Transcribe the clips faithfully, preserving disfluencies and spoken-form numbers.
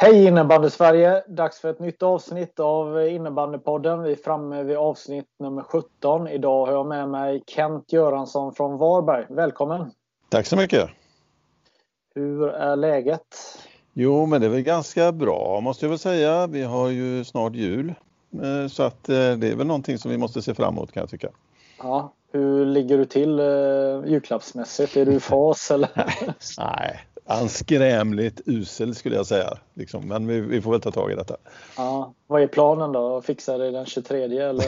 Hej innebandy Sverige, dags för ett nytt avsnitt av Innebandypodden. Vi är framme vid avsnitt nummer sjutton. Idag har jag med mig Kent Göransson från Varberg. Välkommen! Tack så mycket! Hur är läget? Jo, men det är väl ganska bra måste jag väl säga. Vi har ju snart jul, så att det är väl någonting som vi måste se fram emot kan jag tycka. Ja, hur ligger du till eh, julklappsmässigt? Är du i fas eller? Nej, anskrämligt usel skulle jag säga. Liksom. Men vi, vi får väl ta tag i detta. Ja, vad är planen då? Fixa det den tjugotredje eller?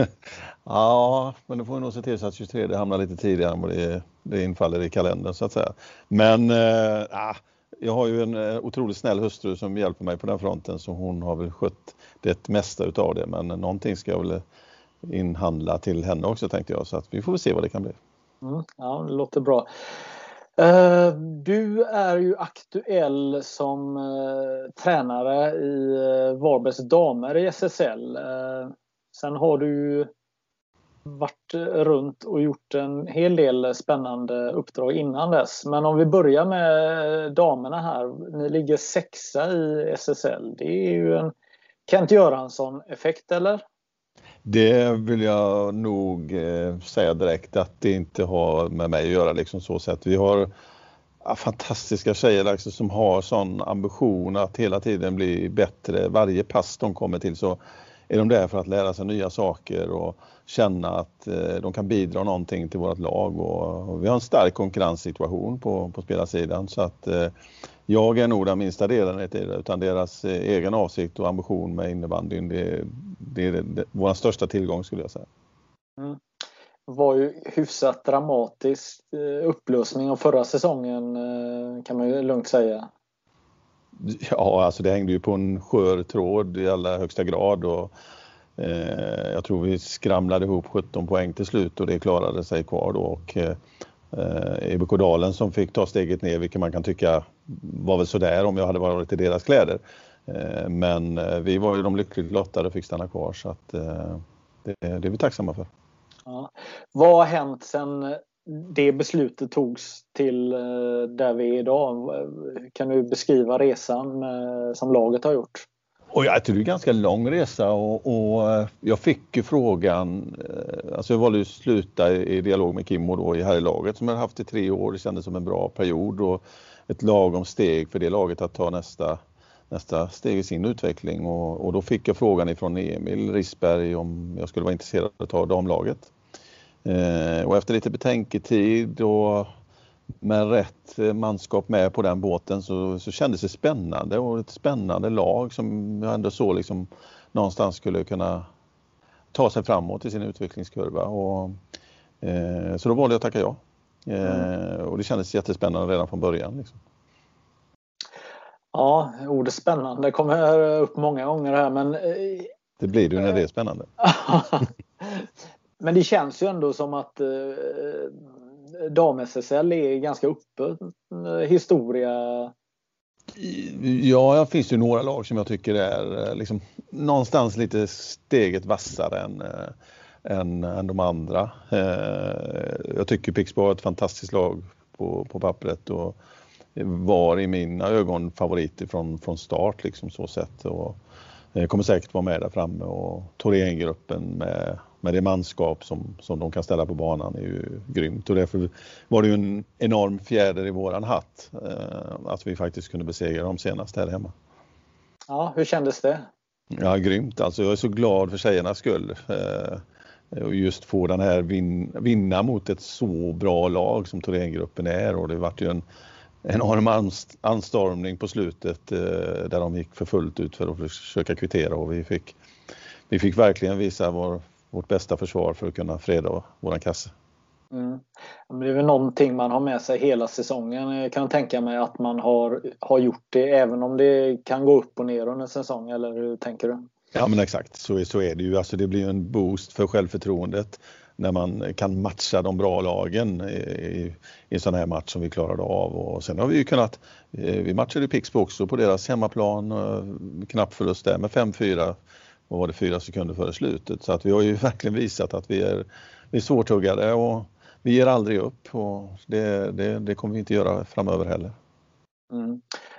Ja, men då får vi nog se till så att tjugotredje hamnar lite tidigare än vad det, det infaller i kalendern så att säga. Men äh, jag har ju en otroligt snäll hustru som hjälper mig på den fronten, så hon har väl skött det mesta utav det. Men någonting ska jag väl inhandla till henne också tänkte jag, så att vi får väl se vad det kan bli. Mm, ja, det låter bra. Uh, du är ju aktuell som uh, tränare i uh, Varbergs damer i S S L. Uh, sen har du varit runt och gjort en hel del spännande uppdrag innan dess. Men om vi börjar med damerna här. Ni ligger sexa i S S L. Det är ju en Kent Göransson-effekt, eller? Det vill jag nog eh, säga direkt att det inte har med mig att göra liksom så sätt. Vi har ja, fantastiska tjejer liksom, som har sån ambition att hela tiden bli bättre. Varje pass de kommer till så är de där för att lära sig nya saker och känna att eh, de kan bidra någonting till vårt lag. Och, och vi har en stark konkurrenssituation på, på spelarsidan, så att eh, jag är nog den minsta delen i det, utan deras eh, egen avsikt och ambition med innebandyn, det, det är det, det, vår största tillgång skulle jag säga. Mm. Det var ju hyfsat dramatisk eh, upplösning av förra säsongen eh, kan man ju lugnt säga. Ja, alltså det hängde ju på en skör tråd i allra högsta grad och eh, jag tror vi skramlade ihop sjutton poäng till slut och det klarade sig kvar då. Och eh, E B K Dalen som fick ta steget ner, vilket man kan tycka var väl sådär om jag hade varit i deras kläder. Eh, men eh, vi var ju de lyckligt lottade och fick stanna kvar, så att eh, det, det är vi tacksamma för. Ja. Vad har hänt sedan det beslutet togs till där vi är idag? Kan du beskriva resan som laget har gjort? Och jag tror det är en ganska lång resa och, och jag fick ju frågan, alltså jag valde ju sluta i, i dialog med Kimmo då i herrlaget som jag haft i tre år. Det kändes som en bra period och ett lagom steg för det laget att ta nästa, nästa steg i sin utveckling. Och, och då fick jag frågan ifrån Emil Risberg om jag skulle vara intresserad av att ta damlaget. Eh, och efter lite betänketid och med rätt manskap med på den båten så, så kändes det spännande och ett spännande lag som jag ändå så liksom någonstans skulle kunna ta sig framåt i sin utvecklingskurva. Och, eh, så då valde jag att tacka ja. Eh, och det kändes jättespännande redan från början. Liksom. Ja, ordet spännande kommer upp många gånger här. Men, det blir det när det är spännande. Men det känns ju ändå som att eh, dam-S S L är ganska uppe historia. Ja, det finns ju några lag som jag tycker är liksom, någonstans lite steget vassare än, än, än de andra. Jag tycker Pixbo är ett fantastiskt lag på, på pappret och var i mina ögon favoriter från, från start liksom så sett. Och kommer säkert vara med där framme och Thorengruppen med med det manskap som, som de kan ställa på banan är ju grymt. Och därför var det ju en enorm fjäder i våran hatt eh, att vi faktiskt kunde besegra dem senast här hemma. Ja, hur kändes det? Ja, grymt. Alltså jag är så glad för tjejernas skull. Eh, och just få den här vin, vinna mot ett så bra lag som Thorengruppen är. Och det var ju en enorm anstormning på slutet eh, där de gick för fullt ut för att försöka kvittera. Och vi fick, vi fick verkligen visa vår vårt bästa försvar för att kunna freda våran kasse. Mm. Det är väl någonting man har med sig hela säsongen. Jag kan tänka mig att man har, har gjort det även om det kan gå upp och ner under säsong, eller hur tänker du? Ja, men exakt, så, så är det ju. Alltså, det blir en boost för självförtroendet när man kan matcha de bra lagen i, i, i en sån här match som vi klarade av. Och sen har vi ju kunnat, vi matchade Pixbo också på deras hemmaplan, knapp förlust där med fem fyra. Och var det fyra sekunder före slutet. Så att vi har ju verkligen visat att vi är, vi är svårtuggade och vi ger aldrig upp. Och det, det, det kommer vi inte göra framöver heller. Mm.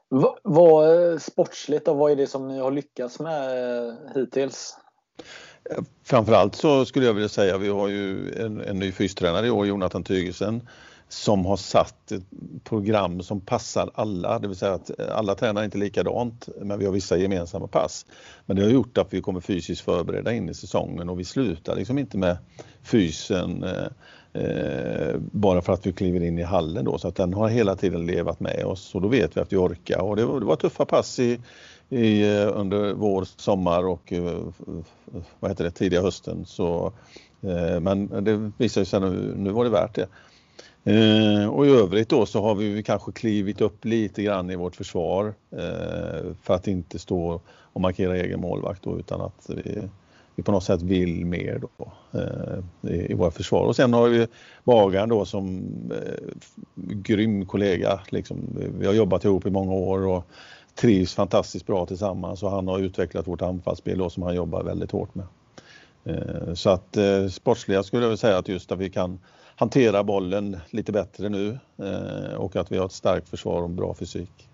V- vad sportsligt och vad är det som ni har lyckats med hittills? Framförallt så skulle jag vilja säga, vi har ju en, en ny fystränare i år, Jonathan Tygesen, som har satt ett program som passar alla. Det vill säga att alla tränar inte likadant, men vi har vissa gemensamma pass. Men det har gjort att vi kommer fysiskt förbereda in i säsongen, och vi slutar liksom inte med fysen eh, bara för att vi kliver in i hallen då. Så att den har hela tiden levat med oss, och då vet vi att vi orkar. Och det var, det var tuffa pass i I, under vår, sommar och vad heter det, tidiga hösten. Så, eh, men det visar sig nu, nu var det värt det. Eh, och i övrigt då så har vi kanske klivit upp lite grann i vårt försvar eh, för att inte stå och markera egen målvakt då, utan att vi, vi på något sätt vill mer då eh, i, i våra försvar. Och sen har vi Bagan då som eh, grym kollega. Liksom, vi har jobbat ihop i många år och trivs fantastiskt bra tillsammans, och han har utvecklat vårt anfallsspel då, som han jobbar väldigt hårt med. Eh, så att eh, sportsliga skulle jag vilja säga att just att vi kan hantera bollen lite bättre nu eh, och att vi har ett starkt försvar och bra fysik.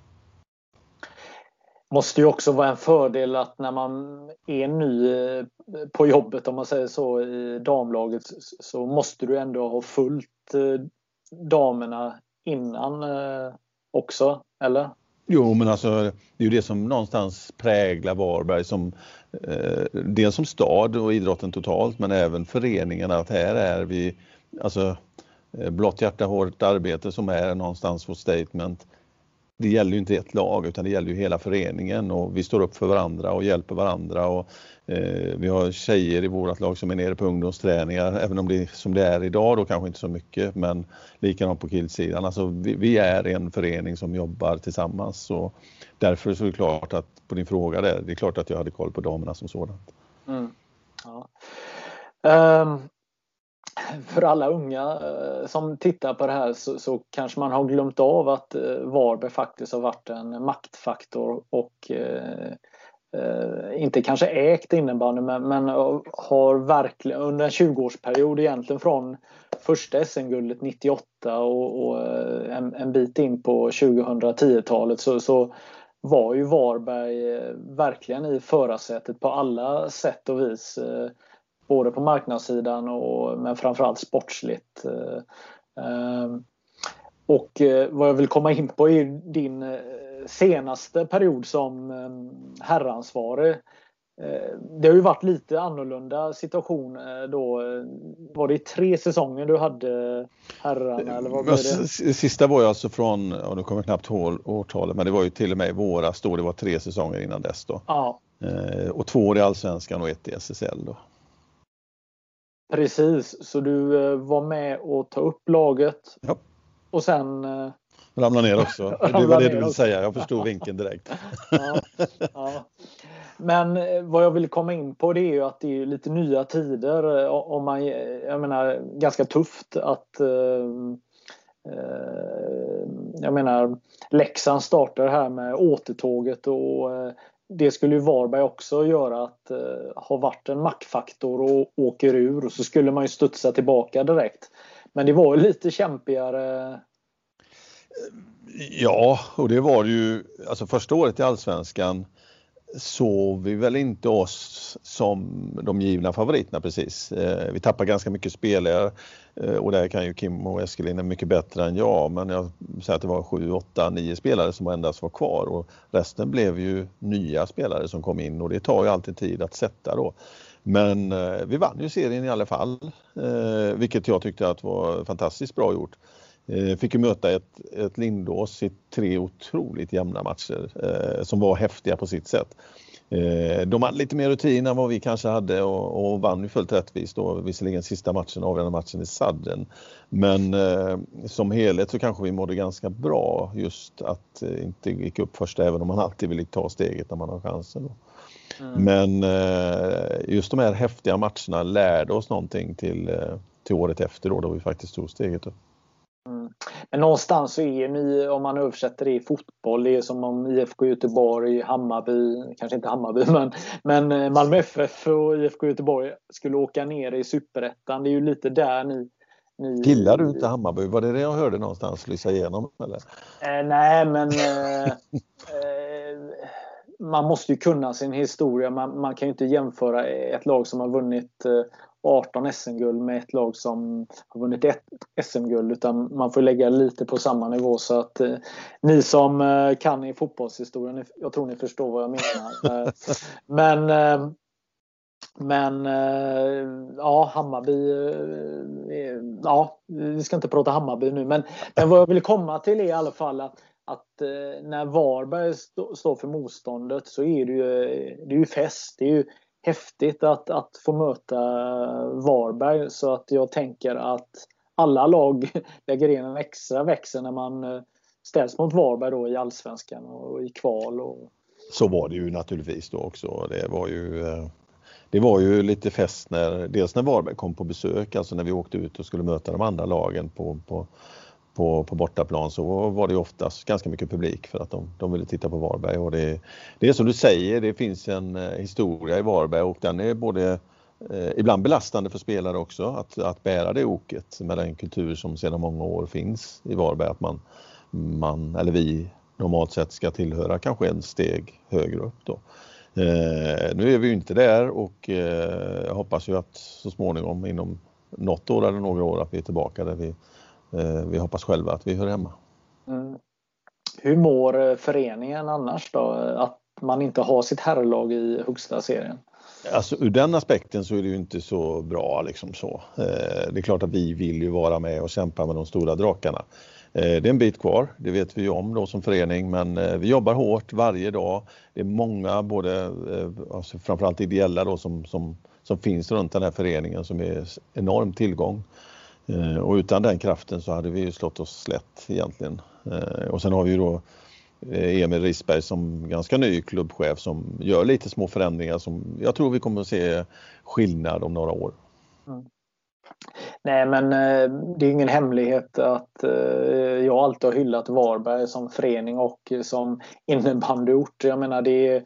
Måste ju också vara en fördel att när man är ny på jobbet, om man säger så, i damlaget, så måste du ändå ha fullt damerna innan också, eller? Jo, men alltså det är ju det som någonstans präglar Varberg som eh, dels som stad och idrotten totalt, men även föreningarna, att här är vi alltså eh, blått hjärta, hårt arbete som är någonstans vårt statement. Det gäller ju inte ett lag, utan det gäller ju hela föreningen, och vi står upp för varandra och hjälper varandra, och eh, vi har tjejer i vårt lag som är nere på ungdomsträningar, även om det som det är idag då kanske inte så mycket, men likadant på killsidan. Alltså vi, vi är en förening som jobbar tillsammans, och därför så är det klart att på din fråga där, det är klart att jag hade koll på damerna som sådant. Mm. Ja. Um... För alla unga eh, som tittar på det här så, så kanske man har glömt av att eh, Varberg faktiskt har varit en maktfaktor och eh, eh, inte kanske ägt innebandy, men, men har verkligen under en tjugo-årsperiod egentligen från första S M-guldet nittioåtta och, och en, en bit in på tjugohundratio-talet så, så var ju Varberg eh, verkligen i förarsätet på alla sätt och vis. Eh, Både på marknadssidan och men framförallt sportsligt. Och vad jag vill komma in på är din senaste period som herransvarig. Det har ju varit lite annorlunda situation då. Var det tre säsonger du hade herrarna, eller vad var det? Sista var ju alltså från, och nu kommer knappt årtalet, men det var ju till och med i våras då, det var tre säsonger innan dess då. Ja. Och två år i Allsvenskan och ett i S S L då. Precis, så du var med och ta upp laget. Ja. Och sen ramla ner också. Det var det du ville säga, jag förstod vinkeln direkt. Ja, ja. Men vad jag vill komma in på, det är ju att det är lite nya tider. Om man, jag menar, ganska tufft att eh, jag menar, Leksand startar här med återtåget, och det skulle ju Varberg också göra, att eh, ha varit en maktfaktor och åker ur, och så skulle man ju studsa tillbaka direkt. Men det var ju lite kämpigare. Ja, och det var ju, alltså första året i Allsvenskan såg vi väl inte oss som de givna favoriterna precis. Eh, vi tappar ganska mycket spelare, eh, och där kan ju Kim och Eskelin mycket bättre än jag, men jag säger att det var sju, åtta, nio spelare som endast var kvar, och resten blev ju nya spelare som kom in, och det tar ju alltid tid att sätta då. Men eh, vi vann ju serien i alla fall, eh, vilket jag tyckte att var fantastiskt bra gjort. Fick ju möta ett, ett Lindås i tre otroligt jämna matcher eh, som var häftiga på sitt sätt. Eh, de hade lite mer rutin än vad vi kanske hade, och, och vann ju fullt rättvist då, visserligen sista matchen, avgörande matchen i Sadden. Men eh, som helhet så kanske vi mådde ganska bra, just att eh, inte gick upp först, även om man alltid vill ta steget när man har chansen då. Mm. Men eh, just de här häftiga matcherna lärde oss någonting till, eh, till året efter då, då vi faktiskt tog steget upp. Mm. Men någonstans så är ni, om man översätter det i fotboll, det är som om I F K Göteborg, Hammarby, kanske inte Hammarby, men, men Malmö F F och I F K Göteborg skulle åka ner i Superettan. Det är ju lite där ni, Ni... Gillar du inte Hammarby? Var det det jag hörde någonstans lysa igenom? Eller? Eh, nej, men eh, eh, man måste ju kunna sin historia. Man, man kan ju inte jämföra ett lag som har vunnit eh, arton S M-guld med ett lag som har vunnit ett S M-guld, utan man får lägga lite på samma nivå. Så att eh, ni som eh, kan i fotbollshistorien, jag tror ni förstår vad jag menar. Eh, men eh, Men eh, ja, Hammarby, eh, ja, vi ska inte prata Hammarby nu, men, men vad jag vill komma till är i alla fall att, att eh, när Varberg st- står för motståndet så är det ju, det är ju fest. Det är ju häftigt att, att få möta Varberg, så att jag tänker att alla lag lägger in en extra växel när man eh, ställs mot Varberg då i Allsvenskan och i kval. Och... Så var det ju naturligtvis då också. Det var ju... Eh... Det var ju lite fest när, dels när Varberg kom på besök, alltså när vi åkte ut och skulle möta de andra lagen på, på, på, på bortaplan, så var det oftast ganska mycket publik för att de, de ville titta på Varberg. Och det, det är som du säger, det finns en historia i Varberg och den är både eh, ibland belastande för spelare också, att, att bära det oket med den kultur som sedan många år finns i Varberg, att man, man eller vi normalt sett ska tillhöra kanske en steg högre upp då. Eh, nu är vi ju inte där och eh, jag hoppas ju att så småningom inom något år eller några år att vi är tillbaka där vi, eh, vi hoppas själva att vi hör hemma. Mm. Hur mår föreningen annars då? Att man inte har sitt herrlag i högsta serien? Alltså ur den aspekten så är det ju inte så bra liksom så. Eh, det är klart att vi vill ju vara med och kämpa med de stora drakarna. Det är en bit kvar, det vet vi ju om då som förening, men vi jobbar hårt varje dag. Det är många, både alltså framförallt ideella då, som, som, som finns runt den här föreningen som är enorm tillgång. Och utan den kraften så hade vi ju slått oss slätt egentligen. Och sen har vi ju då Emil Risberg som ganska ny klubbchef som gör lite små förändringar som jag tror vi kommer att se skillnad om några år. Mm. Nej, men det är ingen hemlighet att jag alltid har hyllat Varberg som förening och som innebandyort. Jag menar, det är,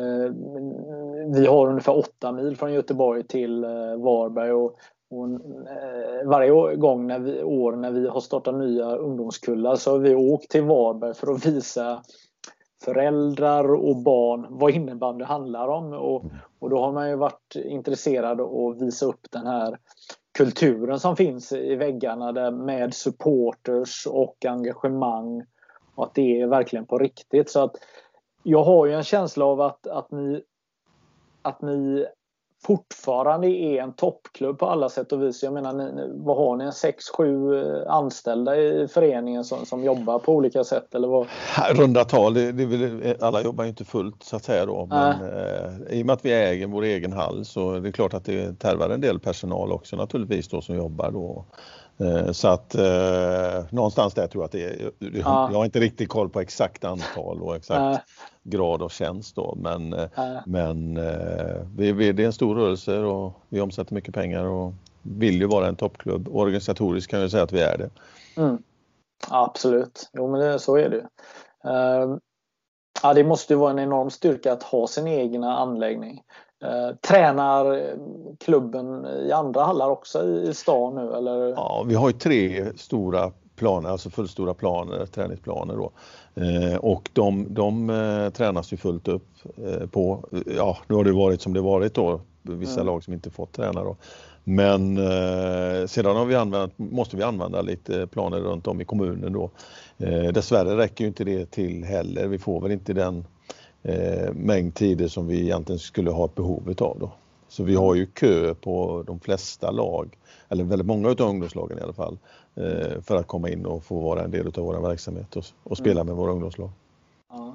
vi har ungefär åtta mil från Göteborg till Varberg och, och varje gång när vi, år när vi har startat nya ungdomskullar så har vi åkt till Varberg för att visa föräldrar och barn vad innebandy handlar om, och, och då har man ju varit intresserad av att visa upp den här kulturen som finns i väggarna där med supporters och engagemang, och att det är verkligen på riktigt. Så att jag har ju en känsla av att, att ni att ni fortfarande är en toppklubb på alla sätt och vis. Jag menar, ni, vad har ni, en sex sju anställda i föreningen som, som jobbar på olika sätt, eller vad? Runda tal, det, det vill, alla jobbar ju inte fullt så att säga då, men äh. eh, i och med att vi äger vår egen hall så är det klart att det tarvar en del personal också naturligtvis då som jobbar då. Eh, så att eh, någonstans där tror jag att det är, jag, Ja. jag har inte riktigt koll på exakt antal och exakt äh. grad av tjänst då, men, äh. men eh, vi, vi, det är en stor rörelse och vi omsätter mycket pengar och vill ju vara en toppklubb. Organisatoriskt kan jag säga att vi är det. Mm. Ja, absolut, jo men det, så är det. Uh, ja, det måste ju vara en enorm styrka att ha sin egna anläggning. Uh, tränar klubben i andra hallar också i, i stan nu, eller? Ja, vi har ju tre stora planer, alltså fullstora planer, träningsplaner då. Eh, och de, de eh, tränas ju fullt upp eh, på, ja nu har det varit som det varit då, vissa mm. lag som inte fått träna då. Men eh, sedan har vi använt, måste vi använda lite planer runt om i kommunen då. Eh, dessvärre räcker ju inte det till heller, vi får väl inte den eh, mängd tider som vi egentligen skulle ha ett behov av då. Så vi har ju kö på de flesta lag, eller väldigt många av ungdomslagen i alla fall, eh, för att komma in och få vara en del av vår verksamhet och, och spela mm. med våra ungdomslag. Ja.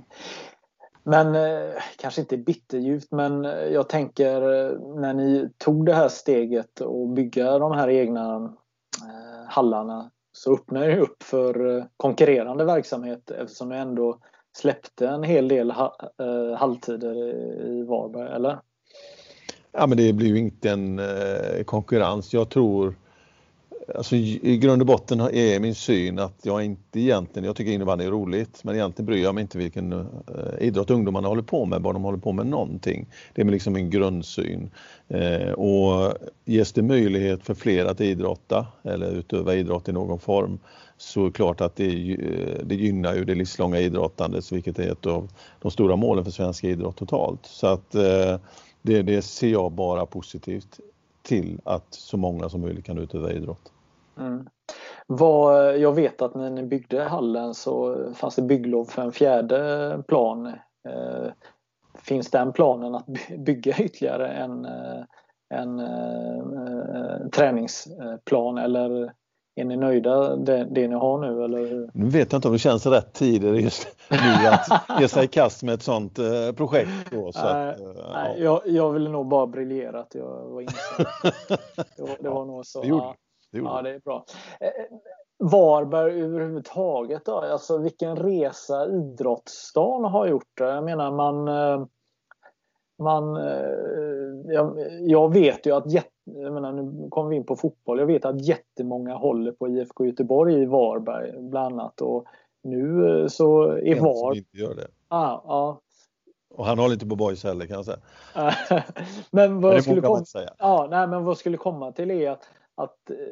Men eh, kanske inte bitterljuvt, men jag tänker när ni tog det här steget och bygga de här egna eh, hallarna så öppnade det upp för eh, konkurrerande verksamhet, eftersom ni ändå släppte en hel del ha, eh, halvtider i, i Varberg, eller? Ja, men det blir ju inte en eh, konkurrens. Jag tror Alltså i grund och botten är min syn att jag inte egentligen, jag tycker innebandy är roligt, men egentligen bryr jag mig inte vilken uh, idrott ungdomarna håller på med, bara de håller på med någonting. Det är liksom min grundsyn. Uh, och ges det möjlighet för fler att idrotta eller utöva idrott i någon form, så är det klart att det, det gynnar ju det livslånga idrottandet, vilket är ett av de stora målen för svensk idrott totalt. Så att uh, det, det ser jag bara positivt till att så många som möjligt kan utöva idrott. Mm. Vad, jag vet att när ni byggde hallen så fanns det bygglov för en fjärde plan. Eh, finns den planen att bygga ytterligare en, en, en träningsplan, eller är ni nöjda det, det ni har nu? Eller? Nu vet jag inte om det känns rätt tid just nu att ge sig i kast med ett sånt eh, projekt. Då, så nej, att, eh, nej, ja. jag, jag ville nog bara briljera att jag var insatt. det, var, det var ja, nog så. Det gjorde, ja, det gjorde. Ja, det är bra. Eh, Varberg överhuvudtaget då? Alltså vilken resa idrottsstan har gjort det? Jag menar man... Eh, man eh, jag, jag vet ju att jätte, jag menar, nu kommer vi in på fotboll. Jag vet att jättemånga håller på I F K Göteborg i Varberg bland annat, och nu eh, så är Varberg inte gör det. Ah, ja. Och han håller inte på boys heller, kan jag säga. men vad men skulle komma säga. Ja, nej, men vad skulle komma till är att, att eh,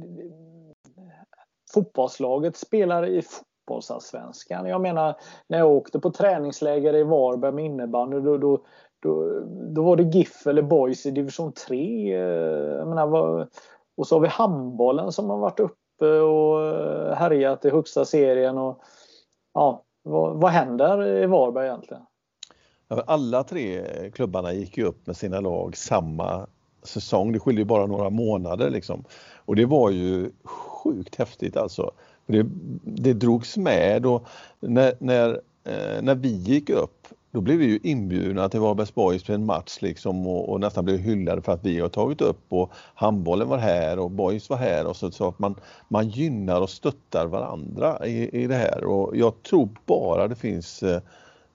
fotbollslaget spelar i fotbollsallsvenskan. Jag menar, när jag åkte på träningsläger i Varberg med innebandy, då, då, då, då var det GIF eller boys i division tre. Jag menar, vad, och så har vi handbollen som har varit uppe och härjat i högsta serien. Och, ja, vad, vad händer i Varberg egentligen? Alla tre klubbarna gick ju upp med sina lag samma säsong. Det skiljer ju bara några månader liksom. Och det var ju sjukt häftigt alltså. Det, det drogs med, och när, när, eh, när vi gick upp, då blev vi ju inbjudna till Varbergs Boys för en match liksom, och, och nästan blev hyllade för att vi har tagit upp, och handbollen var här och boys var här, och så, så att man, man gynnar och stöttar varandra i, i det här. Och jag tror bara det finns eh,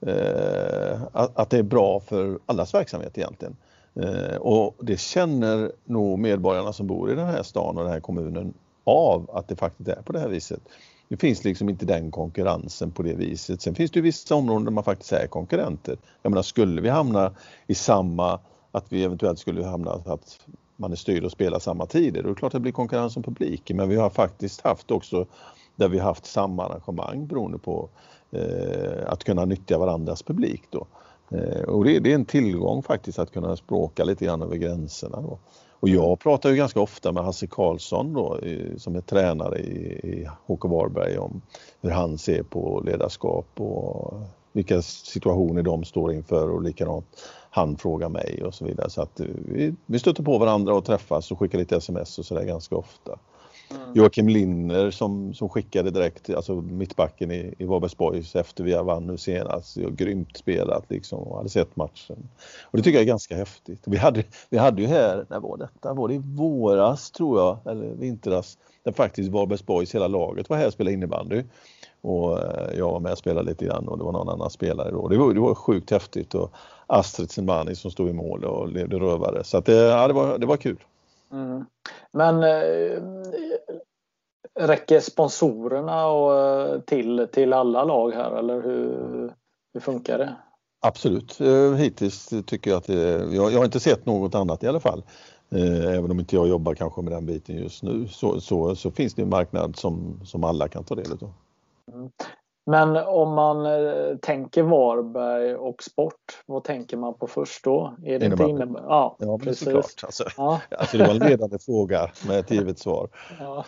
att, att det är bra för allas verksamhet egentligen. Eh, och det känner nog medborgarna som bor i den här stan och den här kommunen av, att det faktiskt är på det här viset. Det finns liksom inte den konkurrensen på det viset. Sen finns det ju vissa områden där man faktiskt är konkurrenter. Jag menar, skulle vi hamna i samma, att vi eventuellt skulle hamna att man är styrd och spelar samma tider, då är det klart att det blir konkurrens om publiken. Men vi har faktiskt haft också där vi haft samma arrangemang beroende på eh, att kunna nyttja varandras publik då. Eh, och det, det är en tillgång faktiskt att kunna språka lite grann över gränserna då. Och jag pratar ju ganska ofta med Hasse Karlsson då, i, som är tränare i, i H K Varberg, om hur han ser på ledarskap och vilka situationer de står inför, och likadant han frågar mig och så vidare. Så att vi, vi stöter på varandra och träffas och skickar lite sms och sådär ganska ofta. Mm. Joakim Linner som, som skickade direkt, alltså mittbacken i, i Varbergs Boys efter vi vann nu senast, och grymt spelat liksom, och hade sett matchen. Och det tycker jag är ganska häftigt. Vi hade, vi hade ju här, när var detta? Var det i våras tror jag, eller vintras, där faktiskt Varbergs Boys hela laget var här och spelade innebandy. Och jag var med och spelade lite grann, och det var någon annan spelare då. Det var, det var sjukt häftigt, och Astrid Sinmani som stod i mål och levde rövare. Så att det, ja, det, var, det var kul. Mm. Men äh, räcker sponsorerna och, till, till alla lag här, eller hur, hur funkar det? Absolut. Hittills tycker jag att det, jag, jag har inte sett något annat i alla fall. Även om inte jag jobbar kanske med den biten just nu, så, så, så finns det en marknad som, som alla kan ta del av. Mm. Men om man eh, tänker Varberg och sport, vad tänker man på först då? Är det inte inne... Ja, ja, precis. Såklart. Alltså, ja. alltså det var en ledande fråga med ett givet svar. Ja.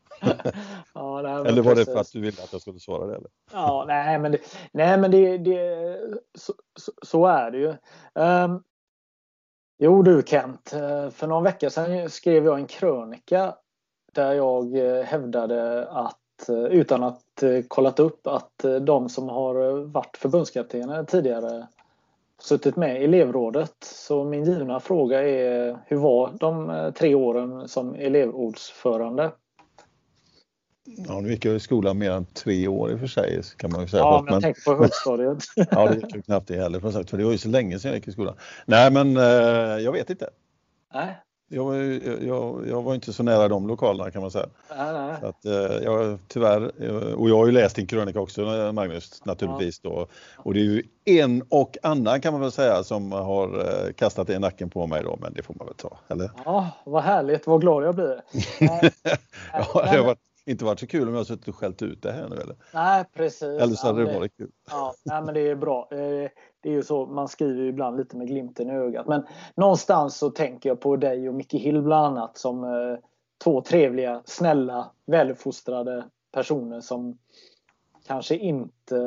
Ja, nej, eller var precis. det för att du ville att jag skulle svara det? Eller? Ja, nej men det, nej, men det, det så, så, så är det ju. Um, jo du Kent, för någon vecka sedan skrev jag en krönika där jag hävdade att, utan att kollat upp, att de som har varit förbundskaptener tidigare suttit med i elevrådet. Så min givna fråga är, hur var de tre åren som elevrådsförande? Ja, nu gick jag i skolan mer än tre år i och för sig, kan man ju säga. Ja, men jag tänkte på högstadiet. Ja, det gick ju knappt det heller, för det var ju så länge sedan jag gick i skolan. Nej, men eh, jag vet inte. Nej. Jag, var jag, jag var inte så nära de lokalerna kan man säga. Nej, nej. Så att, jag, tyvärr, och jag har ju läst din krönika också, Magnus, naturligtvis. Då. Och det är ju en och annan kan man väl säga som har kastat i nacken på mig då, men det får man väl ta, eller? Ja, vad härligt, vad glad jag blir. Ja, det har varit, inte varit så kul om jag har suttit och skällt ut det här nu, eller? Nej, precis. Eller så hade ja, det varit kul. Ja, nej, men det är bra. Det är ju så, man skriver ju ibland lite med glimten i ögat. Men någonstans så tänker jag på dig och Micke Hill bland annat som eh, två trevliga, snälla, väluppfostrade personer som kanske inte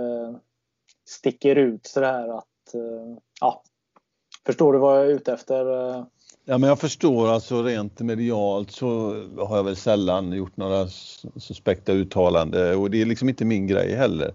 sticker ut så där att, eh, ja, förstår du vad jag är ute efter? Ja, men jag förstår, alltså rent medialt så har jag väl sällan gjort några suspekta uttalanden och det är liksom inte min grej heller.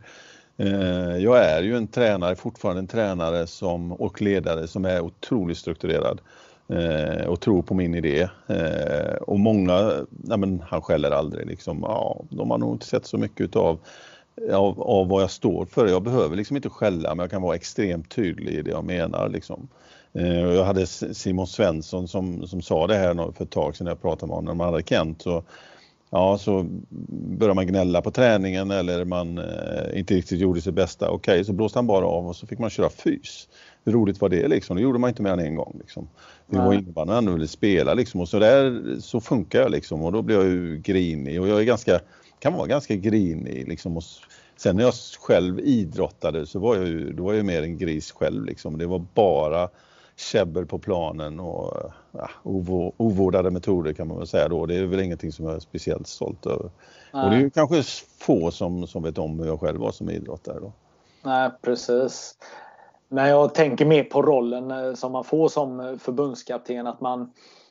Jag är ju en tränare, fortfarande en tränare som, och ledare som är otroligt strukturerad och tror på min idé. Och många, ja, men han skäller aldrig liksom, ja, de har nog inte sett så mycket av, av, av vad jag står för. Jag behöver liksom inte skälla, men jag kan vara extremt tydlig i det jag menar liksom. Jag hade Simon Svensson som, som sa det här för ett tag sedan jag pratade med honom när man hade Kent. Så, ja, så började man gnälla på träningen eller man eh, inte riktigt gjorde sitt bästa. Okej, okay, så blåste han bara av och så fick man köra fys. Hur roligt var det liksom? Det gjorde man inte mer än en gång liksom. Det var innebandy han ville spela liksom. Och så där så funkar jag liksom. Och då blir jag ju grinig. Och jag är ganska, kan vara ganska grinig liksom. Och sen när jag själv idrottade så var jag ju, då var jag mer en gris själv liksom. Det var bara käbbel på planen och ja, ovårdade metoder kan man väl säga då. Det är väl ingenting som jag är speciellt stolt över. Nej. Och det är ju kanske få som, som vet om hur jag själv var som idrottare då. Nej, precis. Men jag tänker mer på rollen som man får som förbundskapten, att man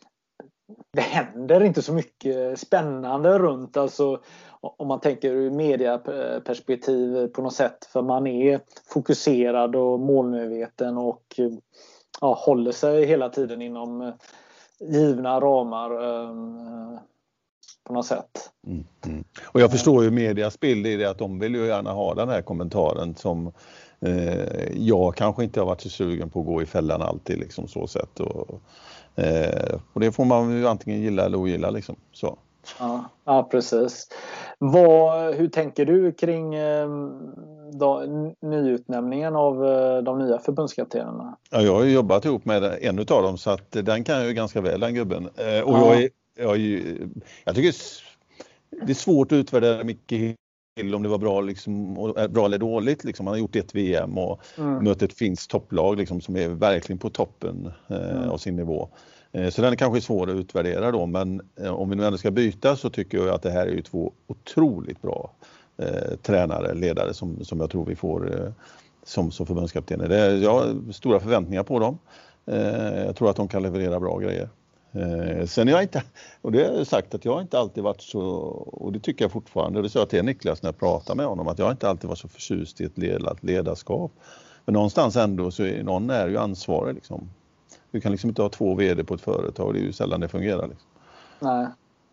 det händer inte så mycket spännande runt, alltså om man tänker ur mediaperspektiv på något sätt, för man är fokuserad och målmedveten och ja, håller sig hela tiden inom givna ramar um, på något sätt. Mm, mm. Och jag förstår ju medias bild i det att de vill ju gärna ha den här kommentaren som eh, jag kanske inte har varit så sugen på att gå i fällan alltid liksom så sätt. Och, eh, och det får man ju antingen gilla eller ogilla liksom så. Ja, ja precis. Vad, hur tänker du kring eh, då, nyutnämningen av eh, de nya förbundskaptenerna? Ja, jag har ju jobbat ihop med en av dem så att den kan jag ju ganska väl, den gubben. Eh, och ja. jag, är, jag, är, jag tycker det är svårt att utvärdera mycket om det var bra, liksom, bra eller dåligt. Liksom. Han har gjort ett V M och mm. mött ett finskt topplag liksom, som är verkligen på toppen eh, mm. av sin nivå. Så den är kanske svår att utvärdera då, men om vi nu ändå ska byta så tycker jag att det här är ju två otroligt bra eh, tränare, ledare som, som jag tror vi får eh, som, som förbundskaptener. Det är, jag har stora förväntningar på dem. Eh, jag tror att de kan leverera bra grejer. Eh, sen är jag inte, och det har jag sagt att jag inte alltid varit så, och det tycker jag fortfarande, det sa jag till Niklas när jag pratade med honom, att jag inte alltid varit så förtjust i ett ledat ledarskap. Men någonstans ändå så är någon är ju ansvarig liksom. Du kan liksom inte ha två vd på ett företag, det är ju sällan det fungerar. Liksom. Nej.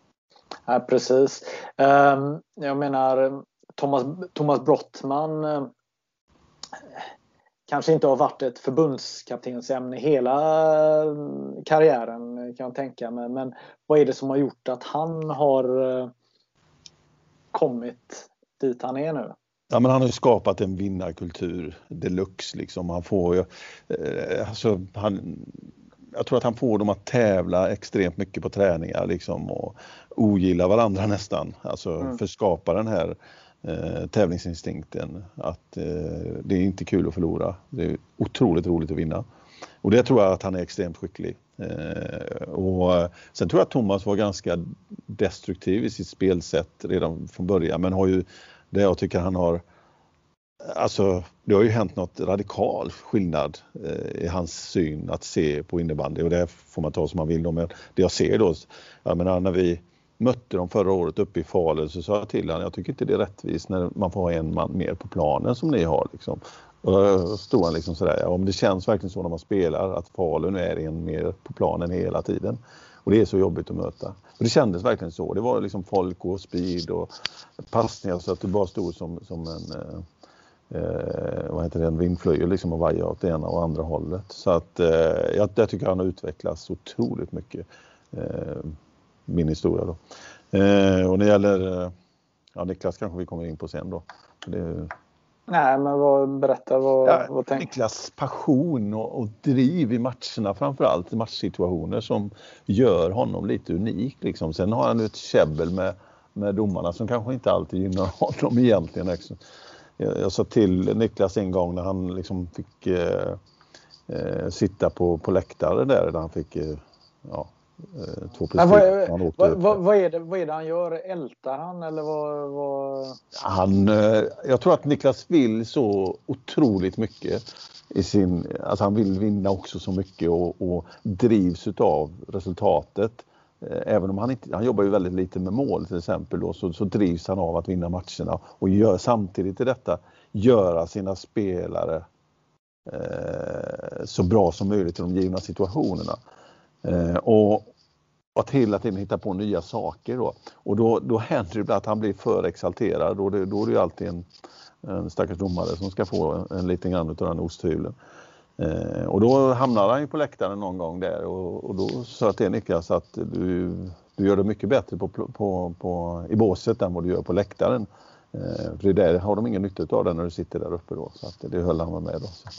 Ja, precis. Um, jag menar, Thomas, Thomas Brottman uh, kanske inte har varit ett förbundskaptensämne hela uh, karriären kan jag tänka mig. Men vad är det som har gjort att han har uh, kommit dit han är nu? Ja, men han har ju skapat en vinnarkultur deluxe liksom. Han får ju, eh, alltså, han, jag tror att han får dem att tävla extremt mycket på träningar liksom, och ogilla varandra nästan. Alltså mm. för att skapa den här eh, tävlingsinstinkten att eh, det är inte kul att förlora. Det är otroligt roligt att vinna. Och det tror jag att han är extremt skicklig. Eh, och sen tror jag att Thomas var ganska destruktiv i sitt spelsätt redan från början, men har ju det jag tycker han har, alltså det har ju hänt något radikal skillnad eh, i hans syn att se på innebandy, och det får man ta som man vill då, men det jag ser då, jag menar när vi mötte dem förra året uppe i Falun så sa jag till honom, jag tycker inte det är rättvist när man får ha en man mer på planen som ni har liksom. Och då stod han liksom sådär, ja, om det känns verkligen så när man spelar att Falun är en mer på planen hela tiden. Och det är så jobbigt att möta. Och det kändes verkligen så. Det var liksom folk och speed och passningar så att du bara stod som, som en, eh, vad heter det, en vindflöjel liksom och vajade åt det ena och andra hållet. Så att eh, jag, jag tycker han har utvecklats otroligt mycket. eh, min historia då. Eh, och när det gäller, eh, ja Niklas kanske vi kommer in på sen då. Det, Nej, men vad, berätta vad, ja, vad tänk. Niklas passion och, och driv i matcherna, framförallt i matchsituationer, som gör honom lite unik. Liksom. Sen har han ett käbbel med, med domarna som kanske inte alltid gynnar honom egentligen. Jag, jag sa till Niklas en gång när han liksom fick eh, eh, sitta på, på läktare där, där han fick eh, ja, två plus vad, fyra. Han vad, vad, vad, är det, vad är det han gör? Ältar han eller vad? vad... Han, jag tror att Niklas vill så otroligt mycket i sin, alltså han vill vinna också så mycket och, och drivs utav resultatet. Även om han inte, han jobbar ju väldigt lite med mål till exempel då, så, så drivs han av att vinna matcherna och gör samtidigt i detta göra sina spelare eh, så bra som möjligt i de givna situationerna. Eh, och att hela tiden hitta på nya saker då. Och då, då händer det ibland att han blir för exalterad och det, då är det ju alltid en, en stackars domare som ska få en, en liten grann av den osthyveln. Eh, och då hamnar han ju på läktaren någon gång där och, och då sa jag till Niklas att du, du gör det mycket bättre på, på, på, i båset än vad du gör på läktaren. Eh, för det där har de ingen nytta av det när du sitter där uppe då. Så att det höll han med då. Så.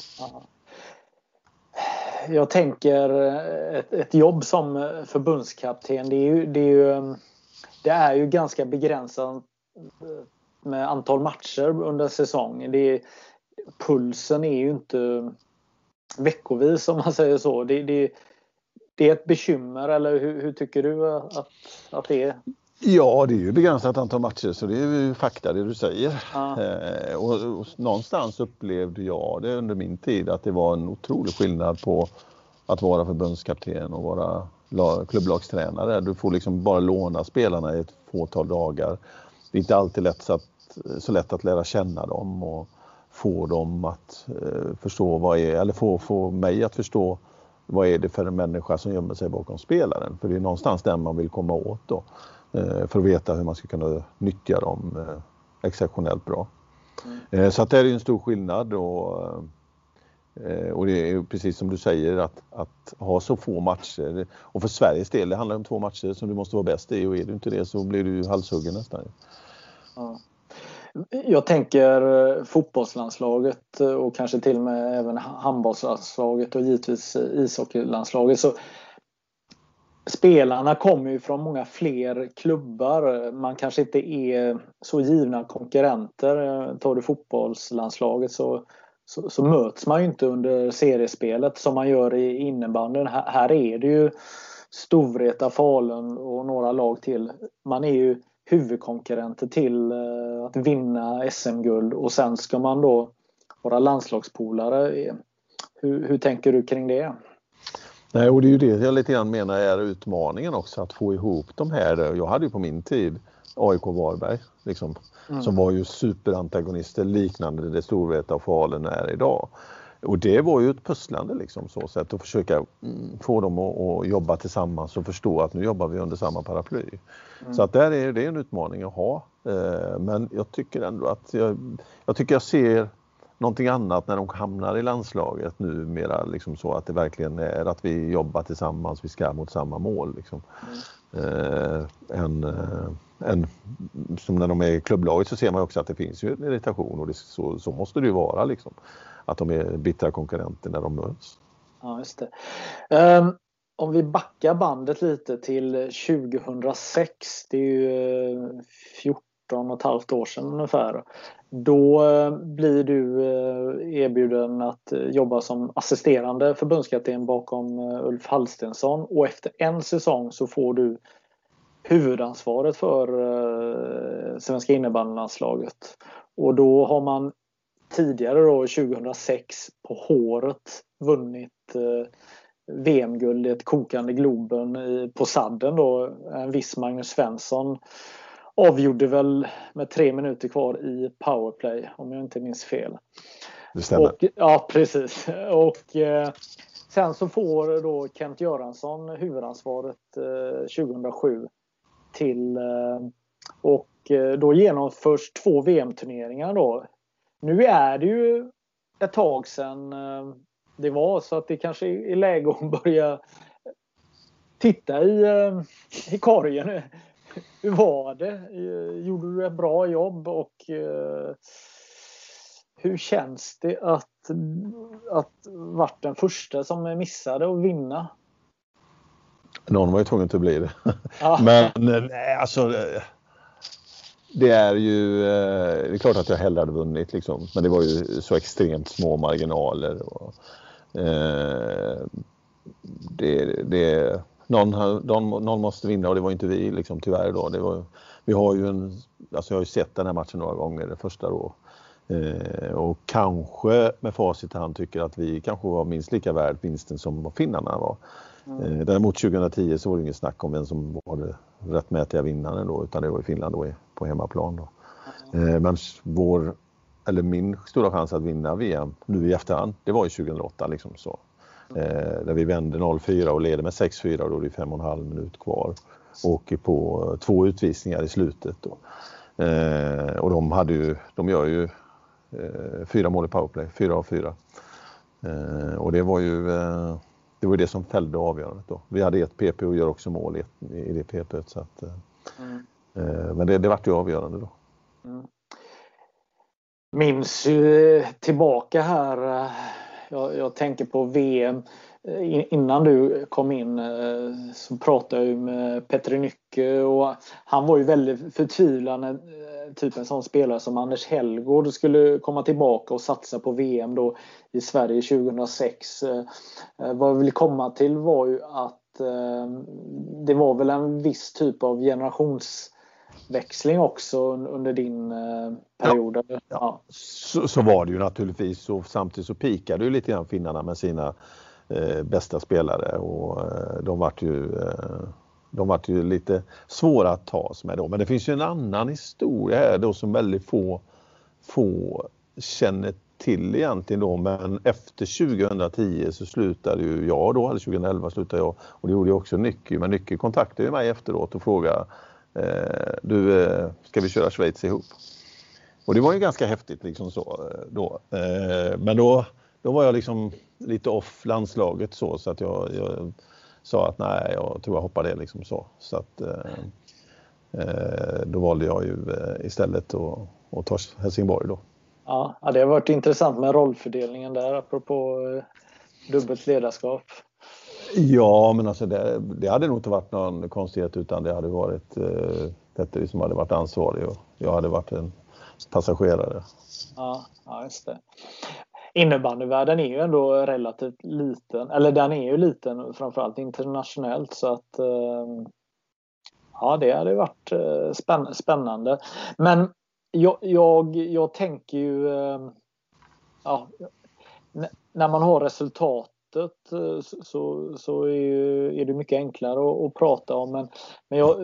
Jag tänker ett, ett jobb som förbundskapten, det är ju, det är ju, det är ju ganska begränsat med antal matcher under säsong. Det är, pulsen är ju inte veckovis om man säger så. Det, det, det är ett bekymmer, eller hur, hur tycker du att, att det är? Ja, det är ju begränsat antal matcher så det är ju fakta det du säger. Ja. Eh, och, och någonstans upplevde jag det under min tid att det var en otrolig skillnad på att vara förbundskapten och vara lag, klubblagstränare. Du får liksom bara låna spelarna i ett fåtal dagar. Det är inte alltid lätt så, att, så lätt att lära känna dem och få dem att eh, förstå vad är, eller få, få mig att förstå vad är det för en människa som gömmer sig bakom spelaren. För det är någonstans där man vill komma åt då. För att veta hur man ska kunna nyttja dem exceptionellt bra. Mm. Så att det är en stor skillnad och, och det är precis som du säger att, att ha så få matcher. Och för Sveriges del, det handlar om två matcher som du måste vara bäst i och är du inte det så blir du halshuggen nästan. Ja. Jag tänker fotbollslandslaget och kanske till och med även handbollslandslaget och givetvis ishockeylandslaget. Så spelarna kommer ju från många fler klubbar. Man kanske inte är så givna konkurrenter. Tar du fotbollslandslaget så, så, så möts man ju inte under seriespelet som man gör i innebandyn. Här, här är det ju Storvreta, Falun och några lag till. Man är ju huvudkonkurrenter till att vinna S M-guld och sen ska man då vara landslagspolare. Hur, hur tänker du kring det? Nej, och det är ju det jag lite grann menar är utmaningen också, att få ihop de här. Jag hade ju på min tid A I K Varberg liksom, mm. som var ju superantagonister liknande det Storvreta och Falun är idag. Och det var ju ett pusslande liksom, så sätt att försöka mm, få dem att, att jobba tillsammans och förstå att nu jobbar vi under samma paraply. Mm. Så att där är det en utmaning att ha. Men jag tycker ändå att jag, jag tycker jag ser någonting annat när de hamnar i landslaget nu mera liksom så att det verkligen är att vi jobbar tillsammans, vi ska mot samma mål liksom. Mm. Eh, en, en, som när de är i klubblaget så ser man också att det finns ju en irritation och det, så, så måste det ju vara liksom. Att de är bittra konkurrenter när de möts. Ja, just det. Um, om vi backar bandet lite till tjugohundrasex, det är ju fjorton och ett halvt år sedan ungefär. Då blir du erbjuden att jobba som assisterande förbundskapten bakom Ulf Hallstensson och efter en säsong så får du huvudansvaret för svenska innebandylandslaget. Och då har man tidigare då tjugohundrasex på håret vunnit V M-guld i ett kokande Globen på sadden då. En viss Magnus Svensson avgjorde väl med tre minuter kvar i powerplay om jag inte minns fel. Det stämmer. Och, ja, precis. Och eh, sen så får då Kent Göransson huvudansvaret eh, tjugohundrasju till eh, och eh, då genomförs två V M-turneringar då. Nu är det ju ett tag sedan eh, det var så att det kanske är läge att börja titta i, i korgen. Hur var det? Gjorde du ett bra jobb och hur känns det att, att vart den första som missade att vinna? Någon var ju tvungen att bli det. Ja. Men nej, alltså det är ju det är klart att jag hellre hade vunnit liksom, men det var ju så extremt små marginaler och eh, det det någon, någon någon måste vinna och det var inte vi liksom, tyvärr då. Det var, vi har ju en, alltså jag har ju sett den här matchen några gånger, det första då. Eh, och kanske med facit han tycker att vi kanske var minst lika värd vinsten som vad finnarna var. Mm. Eh, däremot tjugohundratio så var det ingen snack om vem som var det rättmätiga vinnaren då, utan det var i Finland då på hemmaplan då. Mm. Eh, men vår, eller min stora chans att vinna V M nu i efterhand, det var ju tjugohundraåtta liksom så. Eh, där vi vände noll fyra och leder med sex fyra och då är det fem och en halv minut kvar. Och åker på två utvisningar i slutet då. Eh, och de hade ju, de gör ju eh, fyra mål i powerplay, fyra av fyra. Eh, och det var ju eh, det var det som fällde avgörandet då. Vi hade ett P P och gör också mål i, i det P P så att eh, mm. eh, men det, det vart ju avgörande då. Mm. Minns ju tillbaka här, jag, jag tänker på V M. Innan du kom in så pratade jag ju med Petri Nycke och han var ju väldigt förtvivlande, typ en sån spelare som Anders Hellgård skulle komma tillbaka och satsa på V M då i Sverige tjugohundrasex. Vad jag ville komma till var ju att det var väl en viss typ av generationsväxling också under din period. Ja, ja. Så, så var det ju naturligtvis och samtidigt så pikade ju lite grann finnarna med sina Eh, bästa spelare och eh, de vart ju eh, de vart ju lite svåra att ta med då, men det finns ju en annan historia här då som väldigt få få känner till egentligen då, men efter tjugohundratio så slutade ju jag då, eller tjugohundraelva slutade jag och det gjorde ju också Nycke, men Nycke kontaktade ju mig efteråt och frågade eh, du, eh, ska vi köra Schweiz ihop? Och det var ju ganska häftigt liksom så då, eh, men då Då var jag liksom lite off landslaget så, så att jag, jag sa att nej, jag tror jag hoppar det liksom så. Så att eh, då valde jag ju istället att, att ta Helsingborg då. Ja, det har varit intressant med rollfördelningen där apropå dubbelt ledarskap. Ja, men alltså det, det hade nog inte varit någon konstighet utan det hade varit eh, Petter som hade varit ansvarig och jag hade varit en passagerare. Ja, ja just det. Innebandyvärlden är ju ändå relativt liten, eller den är ju liten framförallt internationellt så att ja, det hade varit spännande. Men jag, jag, jag tänker ju ja, när man har resultatet så, så är, ju, är det mycket enklare att, att prata om, men, men jag,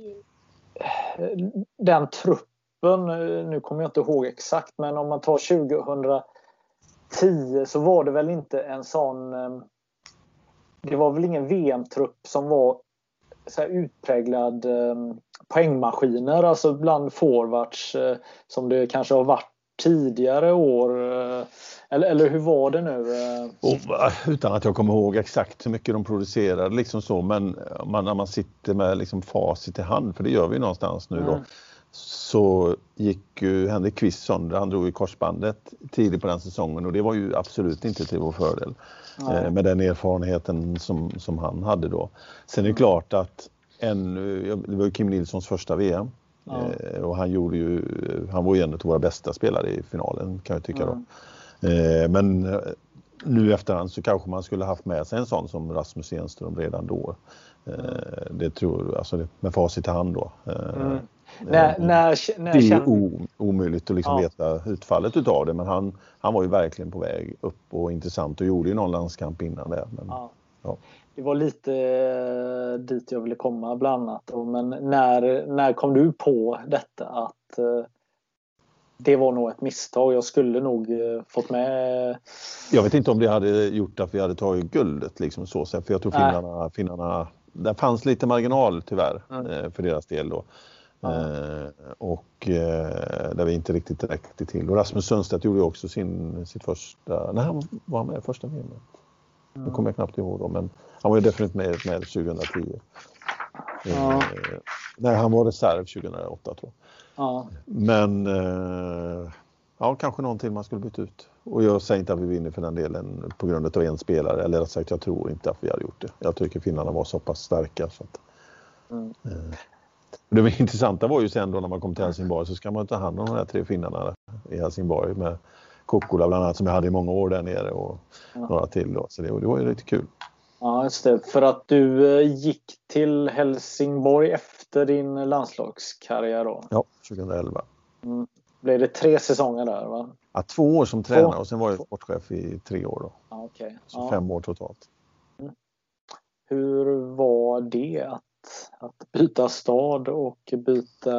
den truppen, nu kommer jag inte ihåg exakt, men om man tar tjugohundratio så var det väl inte en sån, det var väl ingen V M-trupp som var så här utpräglad poängmaskiner, alltså bland forwards som det kanske har varit tidigare år, eller, eller hur var det nu? Och, utan att jag kommer ihåg exakt hur mycket de producerade liksom så, men man, när man sitter med liksom facit i hand, för det gör vi någonstans nu då, mm. så gick ju Henrik Kvist sönder, han drog i korsbandet tidigt på den säsongen och det var ju absolut inte till vår fördel eh, med den erfarenheten som, som han hade då. Sen är det klart att en, det var ju Kim Nilssons första V M ja. eh, och han gjorde ju, han var ju en av våra bästa spelare i finalen kan jag tycka mm. då. Eh, men nu efterhand så kanske man skulle haft med sig en sån som Rasmus Enström redan då. Eh, det tror alltså det, med facit i hand då. Eh, mm. När, när, när det är ju o, omöjligt att liksom ja. veta utfallet utav det, men han, han var ju verkligen på väg upp och intressant och gjorde ju någon landskamp innan det. Men, ja. Ja. Det var lite dit jag ville komma bland annat. Men när, när kom du på detta att uh, det var nog ett misstag? Jag skulle nog uh, fått med... Jag vet inte om det hade gjort att vi hade tagit guldet liksom så, för jag tror finnarna, finnarna där fanns lite marginal tyvärr mm. för deras del då. Eh, och eh, där vi inte riktigt räckte till. Och Rasmus Sundstedt gjorde också sin, sitt första, när han var med första V M. Det kommer jag knappt ihåg då, men han var ju definitivt med, med tjugohundratio. Ja. Eh, nej, han var reserv tjugohundraåtta tror jag. Ja. Men eh, ja, kanske någonting man skulle byta ut. Och jag säger inte att vi vinner för den delen på grund av en spelare. Eller rätt sagt, jag tror inte att vi hade gjort det. Jag tycker finnarna var så pass starka. Så att, Mm. eh. Det var intressanta var ju sen då när man kom till Helsingborg, så ska man ta hand om de här tre finnarna i Helsingborg med Kokkola bland annat, som jag hade i många år där nere, och Ja. några till då. Så det, det var ju lite kul. Ja, just det. För att du eh, gick till Helsingborg efter din landslagskarriär då. Ja, tjugohundraelva. Mm. Blev det tre säsonger där, va? Ja, två år som tränare och sen var jag sportchef i tre år då. Ja, okay. Så ja. fem år totalt. Mm. Hur var det att, att byta stad och byta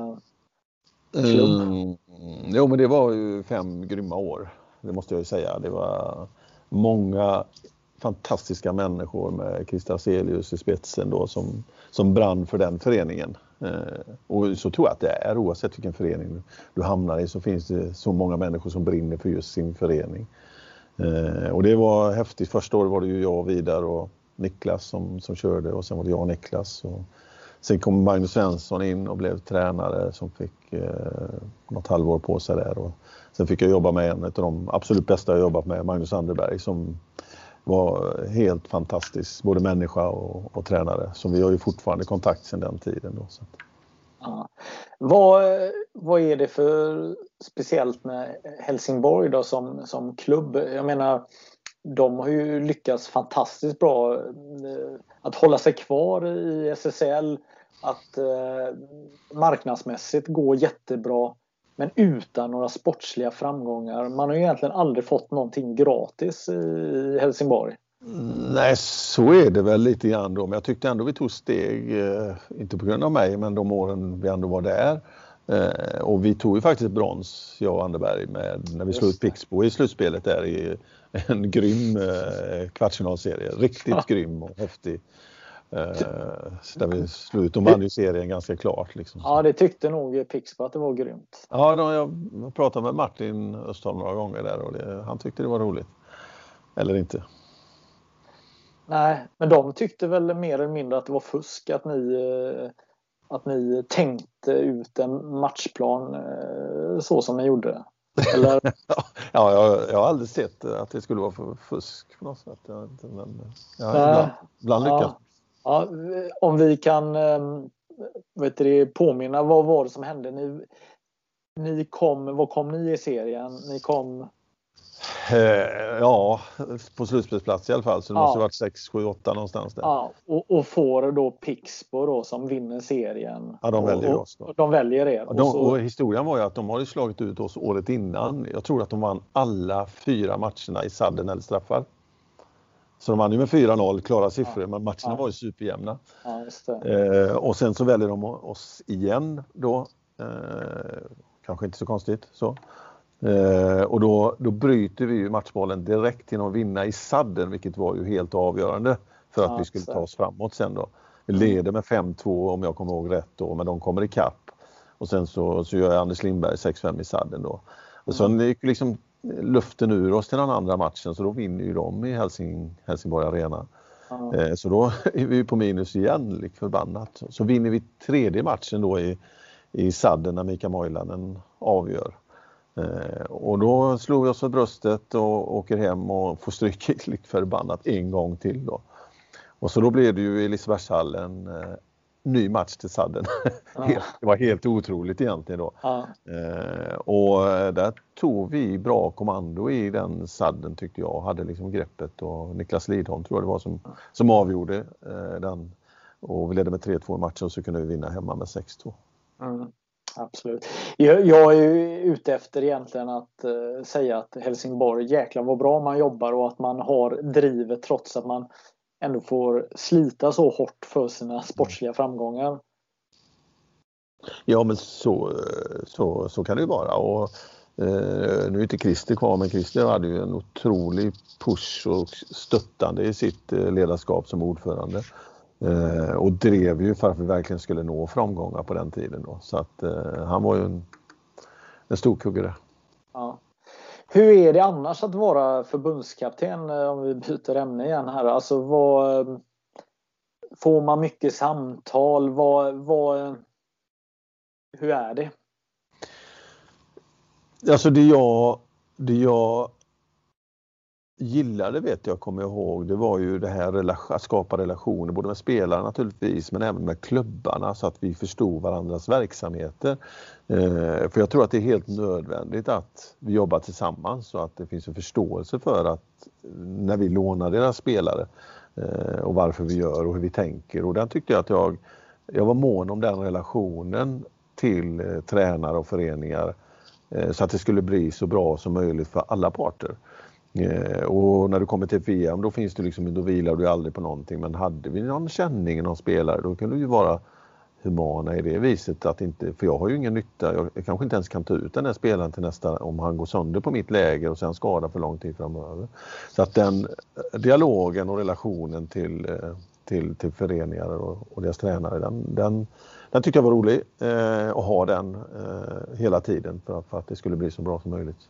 klubb? Mm, jo, men det var ju fem grymma år. Det måste jag ju säga. Det var många fantastiska människor med Christer Aselius i spetsen då, som, som brann för den föreningen. Eh, och så tror jag att det är, oavsett vilken förening du hamnar i, så finns det så många människor som brinner för just sin förening. Eh, och det var häftigt. Första året var det ju jag och Vidar och Niklas som, som körde, och sen var det jag och Niklas. Och sen kom Magnus Svensson in och blev tränare som fick eh, något halvår på sig där. Och sen fick jag jobba med en av de absolut bästa jag jobbat med, Magnus Anderberg, som var helt fantastisk, både människa och, och tränare. Så vi har ju fortfarande kontakt sedan den tiden då. Så. Ja. Vad, vad är det för speciellt med Helsingborg då som, som klubb? Jag menar, de har ju lyckats fantastiskt bra eh, att hålla sig kvar i S S L, att eh, marknadsmässigt gå jättebra, men utan några sportsliga framgångar. Man har ju egentligen aldrig fått någonting gratis i Helsingborg. Nej, så är det väl lite grann då. Men jag tyckte ändå vi tog steg, eh, inte på grund av mig, men de åren vi ändå var där. Eh, och vi tog ju faktiskt brons, jag och Anderberg, med, när vi slog ut Pixbo i slutspelet där i en grym eh, kvartsfinalserie. Riktigt ja. grym och häftig. Eh, där vi slog ut, de vann ju serien ganska klart. Liksom. Ja, det tyckte nog Pixbo att det var grymt. Ja, då, jag pratade med Martin Östholm några gånger där, och det, han tyckte det var roligt. Eller inte. Nej, men de tyckte väl mer eller mindre att det var fusk att ni, att ni tänkte ut en matchplan så som ni gjorde. Eller? ja, jag, jag har aldrig sett att det skulle vara för fusk på något sätt. Jag inte, men, ja, ibland, ibland lyckas. Ja, ja, om vi kan vet du, påminna, vad var det som hände? Ni, ni kom, vad kom ni i serien? Ni kom... Ja, på slutspelsplats i alla fall. Så det ja. måste ha varit sex, sju, åtta någonstans där. Ja, och, och får då Pixbo då som vinner serien. Ja, de väljer och, oss då. Och de väljer er. Och, de, och, så... och historien var ju att de har ju slagit ut oss året innan. Jag tror att de vann alla fyra matcherna i sadden eller straffar. Så de vann ju med fyra noll, klara siffror, ja. men matcherna ja. var ju superjämna. Ja, just det. Eh, och sen så väljer de oss igen då. Eh, kanske inte så konstigt så. Eh, och då, då bryter vi ju matchbollen direkt till att vinna i sadden, vilket var ju helt avgörande för att ja, vi skulle ta oss framåt sen då. Vi leder med fem två om jag kommer ihåg rätt då, men de kommer i kapp. Och sen så, så gör Anders Lindberg sex fem i sadden då. Och så mm. gick liksom luften ur oss till den andra matchen, så då vinner ju de i Helsing, Helsingborg Arena. Mm. Eh, så då är vi på minus igen, lik förbannat. Så vinner vi tredje matchen då i, i sadden när Mika Moilanen avgör. Eh, och då slog vi oss för bröstet och åker hem och får stryk lik förbannat en gång till då. Och så då blev det ju i Lisebergshallen eh, ny match till sadden. Ja. Det var helt otroligt egentligen då. Ja. Eh, och där tog vi bra kommando i den sadden tyckte jag. Hade liksom greppet, och Niklas Lidholm tror jag det var som, som avgjorde eh, den. Och vi ledde med tre två i matchen, och så kunde vi vinna hemma med sex två. Mm. Absolut. Jag, jag är ju ute efter egentligen att uh, säga att Helsingborg jäklar vad bra man jobbar, och att man har drivet trots att man ändå får slita så hårt för sina sportsliga framgångar. Ja, men så, så, så kan det ju vara. Och, eh, nu är inte Christer kvar, men Christer hade ju en otrolig push och stöttande i sitt eh, ledarskap som ordförande. Eh, och drev ju för att vi verkligen skulle nå framgångar på den tiden då. Så att eh, han var ju en, en stor kuggare. Ja. Hur är det annars att vara förbundskapten, om vi byter ämne igen här? Alltså vad, får man mycket samtal? Vad, vad, hur är det? Alltså det jag, det jag gillade, vet jag, kommer jag ihåg, det var ju det här att skapa relationer både med spelarna naturligtvis, men även med klubbarna, så att vi förstod varandras verksamheter. Eh, för jag tror att det är helt nödvändigt att vi jobbar tillsammans, så att det finns en förståelse för att när vi lånar deras spelare eh, och varför vi gör och hur vi tänker. Och den tyckte jag att jag, jag var mån om den relationen till eh, tränare och föreningar, eh, så att det skulle bli så bra som möjligt för alla parter. Eh, och när du kommer till V M, då finns det liksom, då vilar du aldrig på någonting, men hade vi någon känning, någon spelare, då kunde vi vara humana i det viset, att inte, för jag har ju ingen nytta, jag, jag kanske inte ens kan ta ut den här spelaren till nästa, om han går sönder på mitt läger och sen skadar för lång tid framöver. Så att den dialogen och relationen till, till, till föreningar och, och deras tränare, den, den, den tycker jag var rolig eh, att ha den eh, hela tiden för, för att det skulle bli så bra som möjligt.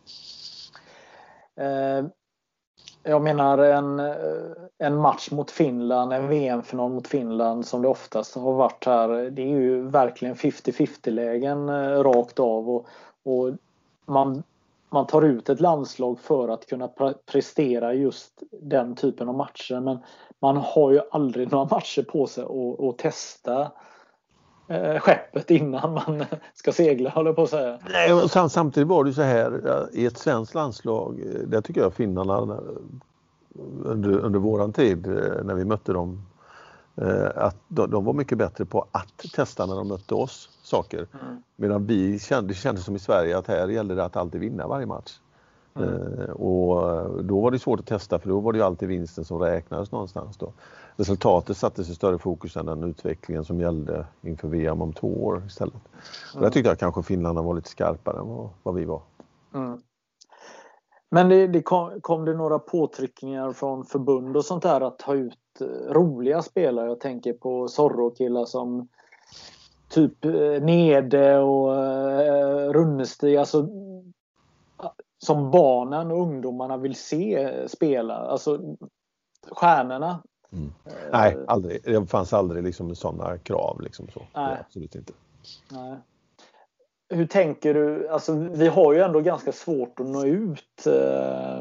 Jag menar en, en match mot Finland, en V M-final mot Finland som det oftast har varit här, det är ju verkligen femtio femtio-lägen rakt av, och, och man, man tar ut ett landslag för att kunna prestera just den typen av matcher, men man har ju aldrig några matcher på sig att, att testa skeppet innan man ska segla, håller på att säga. Nej, samtidigt var det så här, i ett svenskt landslag, där tycker jag finnarna under, under våran tid när vi mötte dem, att de, de var mycket bättre på att testa när de mötte oss saker. Mm. Medan vi kände, det kändes som i Sverige att här gällde det att alltid vinna varje match. Mm. Och då var det svårt att testa, för då var det ju alltid vinsten som räknades någonstans då. Resultatet sattes i större fokus än den utvecklingen som gällde inför V M om två år istället. Mm. Och jag tyckte att kanske Finland var lite skarpare än vad, vad vi var. Mm. Men det, det kom, kom det några påtryckningar från förbund och sånt där att ta ut roliga spelare? Jag tänker på Zorro-killar som typ Nede och uh, Runnestig, alltså som barnen och ungdomarna vill se spela, alltså stjärnorna. Mm. Nej, aldrig. Det fanns aldrig liksom sådana krav liksom så. Nej. Absolut inte. Nej. Hur tänker du? Alltså vi har ju ändå ganska svårt att nå ut eh,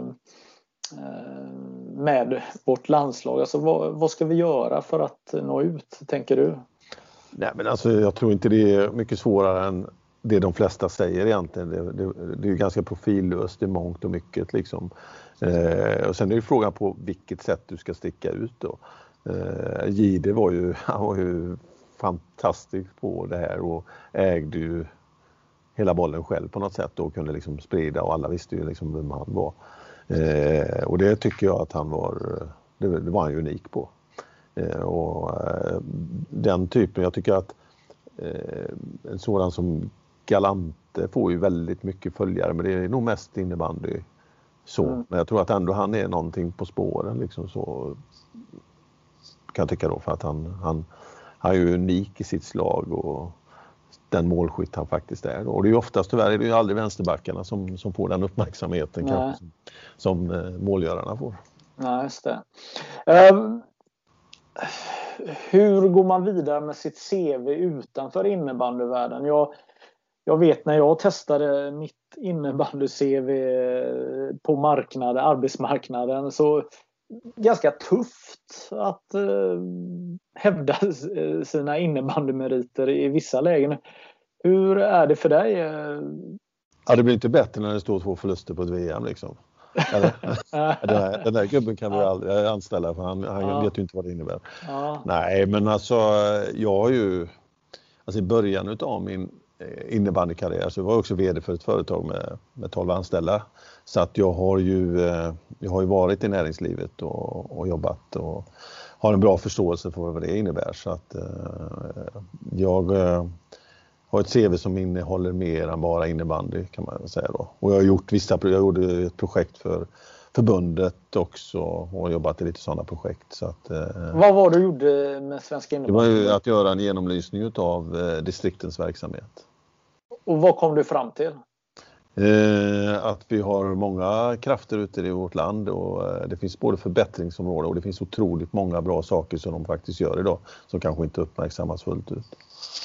med vårt landslag. Alltså vad, vad ska vi göra för att nå ut, tänker du? Nej, men alltså jag tror inte det är mycket svårare än det de flesta säger egentligen. Det, det, det är ju ganska profillöst i mångt och mycket liksom. Eh, och sen är det frågan på vilket sätt du ska sticka ut då. Eh, Gide var ju, han var ju fantastisk på det här och ägde ju hela bollen själv på något sätt och kunde liksom sprida, och alla visste ju liksom vem han var. Eh, och det tycker jag att han var, det, det var han ju unik på. Eh, och eh, den typen, jag tycker att eh, en sådan som Galante får ju väldigt mycket följare, men det är nog mest innebandy så. Mm. Men jag tror att ändå han är någonting på spåren liksom, så kan jag tycka då, för att han, han, han är ju unik i sitt slag och den målskytt han faktiskt är. Och det är ju oftast, tyvärr är det ju aldrig vänsterbackarna som, som får den uppmärksamheten kanske, som, som eh, målgörarna får. Nej, just det. Um, hur går man vidare med sitt C V utanför innebandyvärlden? Jag, jag vet när jag testade mitt innebandy-C V på marknaden, arbetsmarknaden, så ganska tufft att eh, hävda sina innebandymeriter i vissa lägen. Hur är det för dig? Ja, det blir inte bättre när det står två förluster på ett V M liksom. den, där, den där gubben kan vi ja. aldrig anställa, för han, han ja. vet ju inte vad det innebär. Ja. Nej, men alltså jag har ju, alltså i början av min innebandykarriär så var jag också vd för ett företag med, med tolv anställda. Så att jag har ju, jag har ju varit i näringslivet och, och jobbat och har en bra förståelse för vad det innebär. Så att eh, jag eh, har ett C V som innehåller mer än bara innebandy, kan man säga då. Och jag har gjort vissa, jag gjorde ett projekt för förbundet också och jobbat i lite sådana projekt. Så att, eh, vad var det du gjorde med Svenska innebandy? Det var ju att göra en genomlysning av eh, distriktens verksamhet. Och vad kom du fram till? Eh, att vi har många krafter ute i vårt land och eh, det finns både förbättringsområden och det finns otroligt många bra saker som de faktiskt gör idag som kanske inte uppmärksammas fullt ut.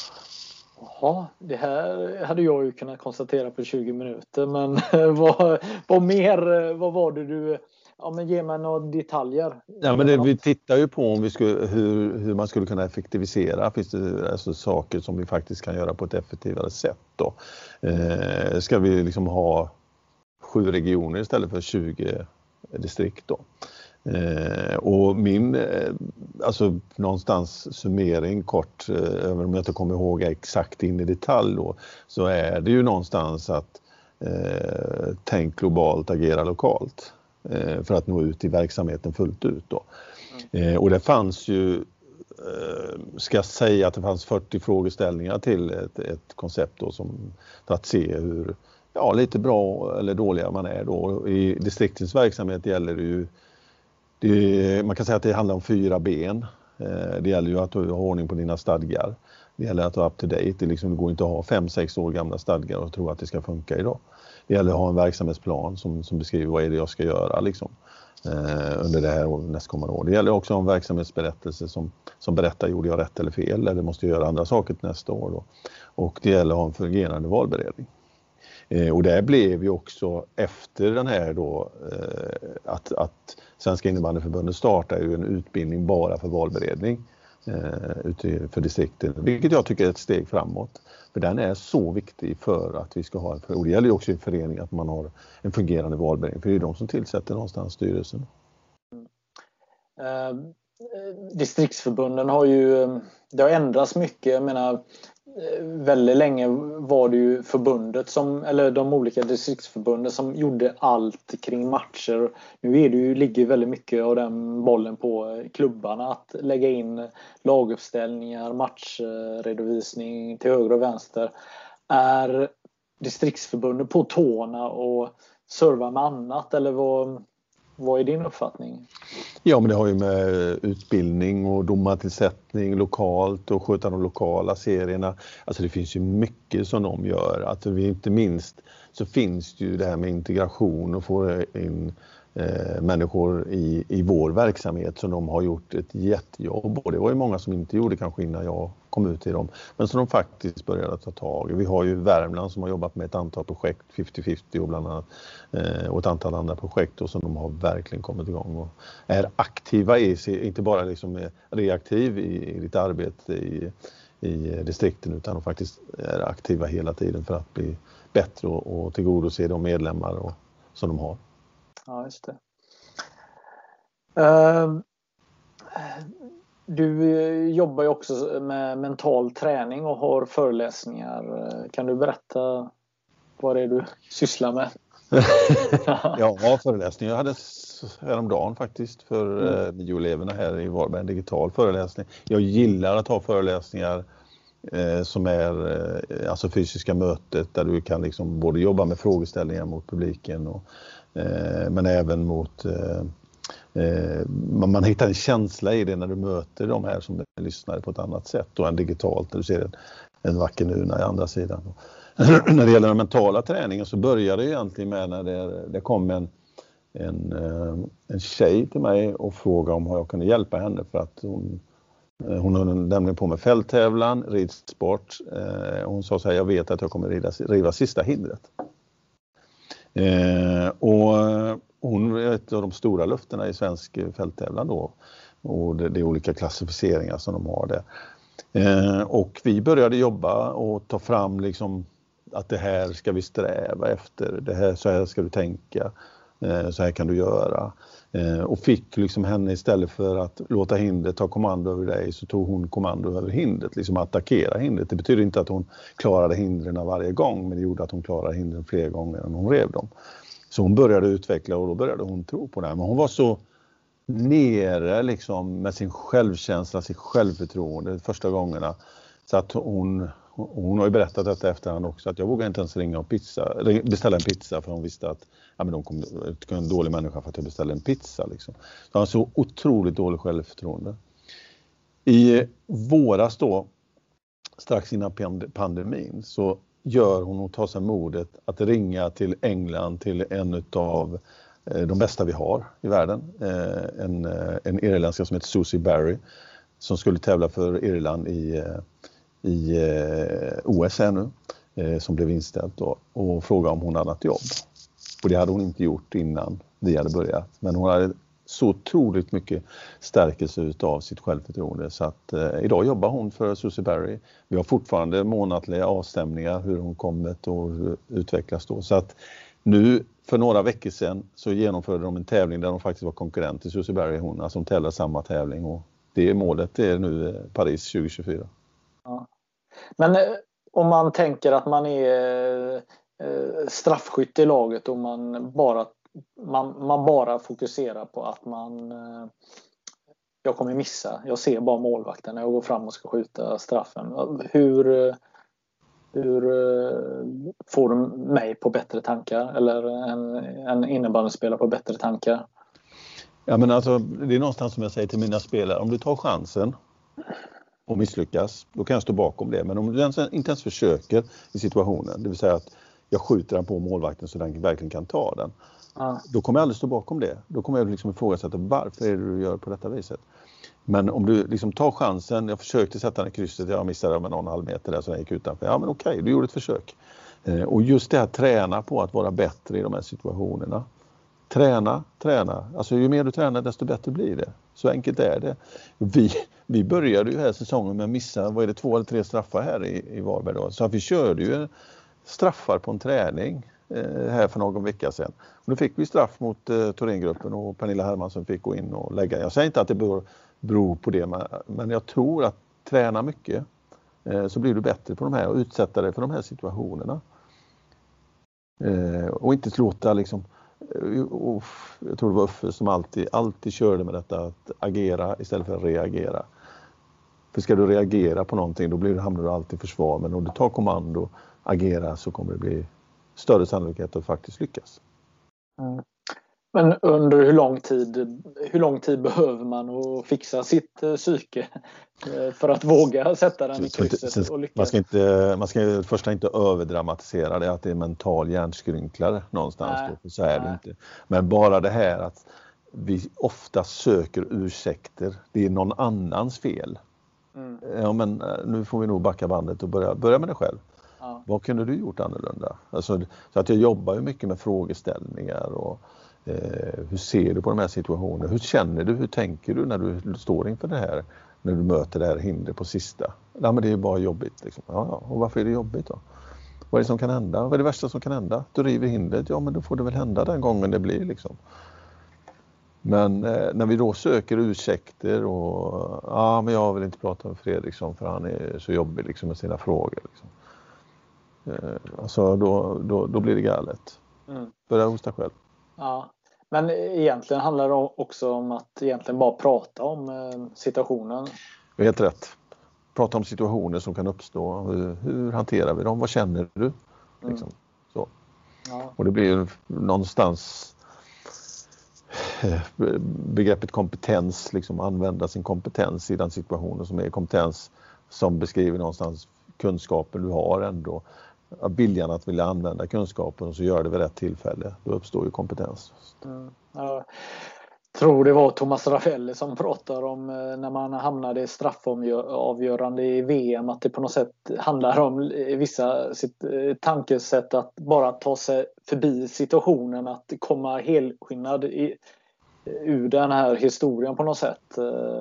Ja, det här hade jag ju kunnat konstatera på tjugo minuter, men vad, vad mer, vad var det du, ja men ge mig några detaljer. Ja, men det, vi tittar ju på om vi skulle, hur, hur man skulle kunna effektivisera. Finns det alltså saker som vi faktiskt kan göra på ett effektivare sätt då? Eh, ska vi liksom ha sju regioner istället för tjugo distrikt då? Eh, och min, eh, alltså någonstans summering kort, eh, även om jag inte kommer ihåg exakt in i detalj då, så är det ju någonstans att eh, tänk globalt, agera lokalt. För att nå ut i verksamheten fullt ut då. Mm. Och det fanns ju, ska jag säga att det fanns fyrtio frågeställningar till ett, ett koncept då, som, för att se hur, ja, lite bra eller dåliga man är då. I distriktens verksamhet gäller det ju, det, man kan säga att det handlar om fyra ben. Det gäller ju att du har ordning på dina stadgar. Det gäller att vara up to date. Det, liksom, det går inte att ha fem sex år gamla stadgar och tro att det ska funka idag. Det gäller att ha en verksamhetsplan som, som beskriver vad är det jag ska göra liksom, eh, under det här och nästkommande år. Det gäller också att ha en verksamhetsberättelse som, som berättar, gjorde jag rätt eller fel, eller måste jag göra andra saker till nästa år då. Och det gäller att ha en fungerande valberedning. Eh, och det blev ju också efter den här då, eh, att, att Svenska innebandyförbundet startar ju en utbildning bara för valberedning eh, ute för distrikten, vilket jag tycker är ett steg framåt. För den är så viktig för att vi ska ha, och det gäller ju också i förening att man har en fungerande valberedning, för det är de som tillsätter någonstans styrelsen. Mm. Eh, distriktsförbunden har ju, det har ändrats mycket. Jag menar, väldigt länge var det ju förbundet som, eller de olika distriktsförbunden som gjorde allt kring matcher. Nu är det ju, ligger väldigt mycket av den bollen på klubbarna att lägga in laguppställningar, matchredovisning till höger och vänster. Är distriktsförbunden på tårna och servar med annat, eller vad, vad är din uppfattning? Ja, men det har ju med utbildning och domartillsättning lokalt och sköta de lokala serierna. Alltså det finns ju mycket som de gör. Alltså vi inte minst så finns det ju det här med integration och få in eh, människor i, i vår verksamhet som de har gjort ett jättejobb. Och det var ju många som inte gjorde kanske innan jag kom ut i dem. Men som de faktiskt började ta tag i. Vi har ju Värmland som har jobbat med ett antal projekt, femtio femtio och bland annat, eh, och ett antal andra projekt och som de har verkligen kommit igång och är aktiva i, inte bara liksom reaktiv i, i ditt arbete i, i distrikten, utan de faktiskt är aktiva hela tiden för att bli bättre och, och tillgodose de medlemmar och, som de har. Ja, just det. Uh, du jobbar ju också med mental träning och har föreläsningar. Kan du berätta vad det är du sysslar med? Ja, föreläsningar. Jag hade häromdagen faktiskt för mm. nio eleverna här i Varberg, en digital föreläsning. Jag gillar att ha föreläsningar eh, som är eh, alltså fysiska mötet där du kan liksom både jobba med frågeställningar mot publiken och, eh, men även mot eh, eh, man, man hittar en känsla i det när du möter de här som lyssnar på ett annat sätt och än digitalt när du ser en, en vacker nuna i andra sidan. När det gäller den mentala träningen så började det egentligen med när det, det kom en, en, en tjej till mig och frågade om jag kunde hjälpa henne för att hon, hon har nämligen på med fälttävlan, ridsport. Hon sa så här, jag vet att jag kommer rida, riva sista hindret. Och hon är ett av de stora löftena i svensk fälttävlan då. Och det, det är olika klassificeringar som de har där. Och vi började jobba och ta fram liksom att det här ska vi sträva efter, det här, så här ska du tänka, så här kan du göra. Och fick liksom henne istället för att låta hindret ta kommando över dig så tog hon kommando över hindret, liksom attackera hindret. Det betyder inte att hon klarade hindren varje gång, men det gjorde att hon klarade hindren fler gånger än hon rev dem. Så hon började utveckla och då började hon tro på det här. Men hon var så nere liksom med sin självkänsla, sitt självförtroende första gånga. Så att hon, hon har ju berättat detta efterhand också, att jag vågade inte ens ringa och pizza, beställa en pizza för hon visste att ja, men de kom en dålig människa för att jag beställde en pizza. Liksom. Så han har så otroligt dålig självförtroende. I våras då, strax innan pandemin, så gör hon och tar sig modet att ringa till England, till en av de bästa vi har i världen. En, en irländska som heter Susie Barry som skulle tävla för Irland i, i O S här nu, som blev inställt då, och fråga om hon hade ett jobb. Och det hade hon inte gjort innan vi hade börjat. Men hon hade så otroligt mycket stärkelse utav sitt självförtroende. Så att eh, idag jobbar hon för Susie Barry. Vi har fortfarande månatliga avstämningar hur hon kommit och utvecklas då. Så att nu för några veckor sedan så genomförde de en tävling där de faktiskt var konkurrent till Susie Barry. Hon alltså, de tävlar samma tävling och det är målet, det är nu Paris tjugo tjugofyra. Ja. Men eh, om man tänker att man är eh, straffskytt i laget och man bara Man, man bara fokuserar på att man eh, jag kommer missa. Jag ser bara målvakten när jag går fram och ska skjuta straffen. Hur, hur eh, får du mig på bättre tankar? Eller en, en innebandyspelare på bättre tankar? Ja, men alltså, det är någonstans som jag säger till mina spelare. Om du tar chansen och misslyckas, då kan jag stå bakom det. Men om du inte ens försöker i situationen, det vill säga att jag skjuter den på målvakten så den verkligen kan ta den. Ja. Då kommer jag aldrig stå bakom det. Då kommer jag liksom ifrågasätta varför är det du gör på detta viset. Men om du liksom tar chansen, jag försökte sätta den i krysset, jag missade med någon halv meter där så jag gick utanför. Ja men okej, du gjorde ett försök. Eh, och just det här, träna på att vara bättre i de här situationerna. Träna, träna. Alltså ju mer du tränar desto bättre blir det. Så enkelt är det. Vi, vi började ju här säsongen med att missa, vad är det, två eller tre straffar här i, i Varberg då. Så vi körde ju straffar på en träning här för någon vecka sedan. Och då fick vi straff mot eh, Thorengruppen och Pernilla Hermansson fick gå in och lägga. Jag säger inte att det beror, beror på det, men jag tror att träna mycket eh, så blir du bättre på de här och utsätta dig för de här situationerna. Eh, och inte låta liksom, eh, och jag tror det var Uffe som alltid, alltid körde med detta att agera istället för att reagera. För ska du reagera på någonting då blir du, hamnar du alltid i försvar, men om du tar kommando och agera så kommer det bli större sannolikhet att faktiskt lyckas. Mm. Men under hur lång tid hur lång tid behöver man att fixa sitt uh, psyke uh, för att våga sätta den i krysset sen, och lyckas? Man ska inte man ska först inte överdramatisera det att det är mental hjärnskrynklare någonstans Nej. då, så är det Nej. inte. Men bara det här att vi ofta söker ursäkter, det är någon annans fel. Mm. Ja men nu får vi nog backa bandet och börja börja med det själv. Ja. Vad kunde du gjort annorlunda? Alltså, så att jag jobbar ju mycket med frågeställningar och eh, hur ser du på de här situationerna? Hur känner du? Hur tänker du när du står inför det här? När du möter det här hindret på sista? Ja, men det är ju bara jobbigt. Liksom. Ja, och varför är det jobbigt då? Vad är det som kan hända? Vad är det värsta som kan hända? Du river hindret. Ja, men då får det väl hända den gången det blir liksom. Men eh, när vi då söker ursäkter och ja, men jag vill inte prata med Fredriksson för han är så jobbig liksom, med sina frågor liksom. Alltså då, då, då blir det galet. Mm. Börja hosta själv. Ja, men egentligen handlar det också om att egentligen bara prata om situationen. Helt rätt. Prata om situationer som kan uppstå. Hur, hur hanterar vi dem? Vad känner du? Liksom. Mm. Så. Ja. Och det blir någonstans begreppet kompetens, liksom använda sin kompetens i den situationen som är kompetens som beskriver någonstans kunskapen du har ändå. Viljan att vilja använda kunskapen och så gör det vid rätt tillfälle. Då uppstår ju kompetens. Mm. Jag tror det var Thomas Raffelli som pratar om när man hamnade i straffavgörande i V M att det på något sätt handlar om vissa sitt tankesätt att bara ta sig förbi situationen, att komma helskinnad i, ur den här historien på något sätt.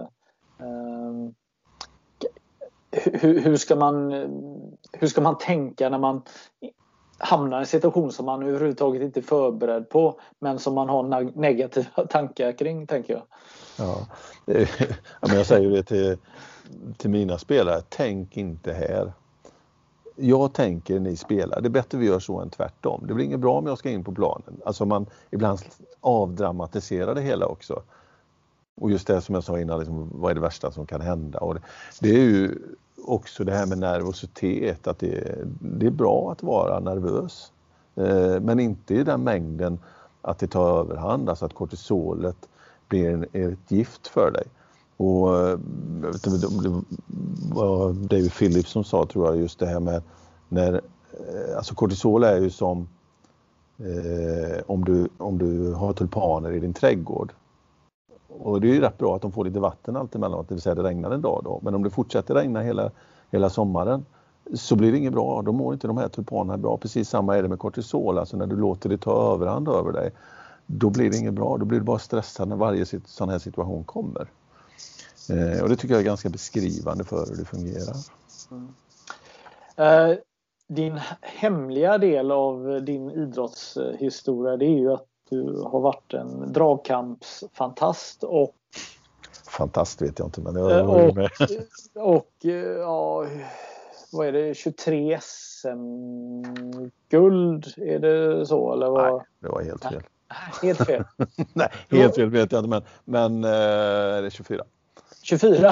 Hur, hur, ska man, hur ska man tänka när man hamnar i en situation som man överhuvudtaget inte är förberedd på men som man har negativa tankar kring, tänker jag. Ja, men jag säger det till, till mina spelare, tänk inte här. Jag tänker ni spelar, det är bättre vi gör så än tvärtom. Det blir inget bra om jag ska in på planen. Alltså man ibland avdramatiserar det hela också. Och just det som jag sa innan, liksom, vad är det värsta som kan hända? Och det, det är ju också det här med nervositet, att det, det är bra att vara nervös. Eh, men inte i den mängden att det tar överhand, alltså att kortisolet blir en, är ett gift för dig. Och jag vet inte, det var David Phillips som sa, tror jag, just det här med när alltså kortisol är ju som eh, om, du, om du har tulpaner i din trädgård. Och det är ju rätt bra att de får lite vatten allt emellanåt, det vill säga det regnar en dag då. Men om det fortsätter regna hela, hela sommaren så blir det inget bra. Då mår inte de här tulpanerna bra. Precis samma är det med kortisol. Alltså när du låter det ta överhand över dig, då blir det inget bra. Då blir du bara stressad när varje sån här situation kommer. Eh, och det tycker jag är ganska beskrivande för hur det fungerar. Mm. Uh, din hemliga del av din idrottshistoria, det är ju att du har varit en dragkampsfantast och fantast vet jag inte, men jag var och, med. och ja, vad är det, tjugotre S M-guld, är det så eller vad? Nej, det var helt fel. Nej, helt fel. Nej, helt fel vet jag inte, men, men eh, det är tjugofyra. tjugofyra.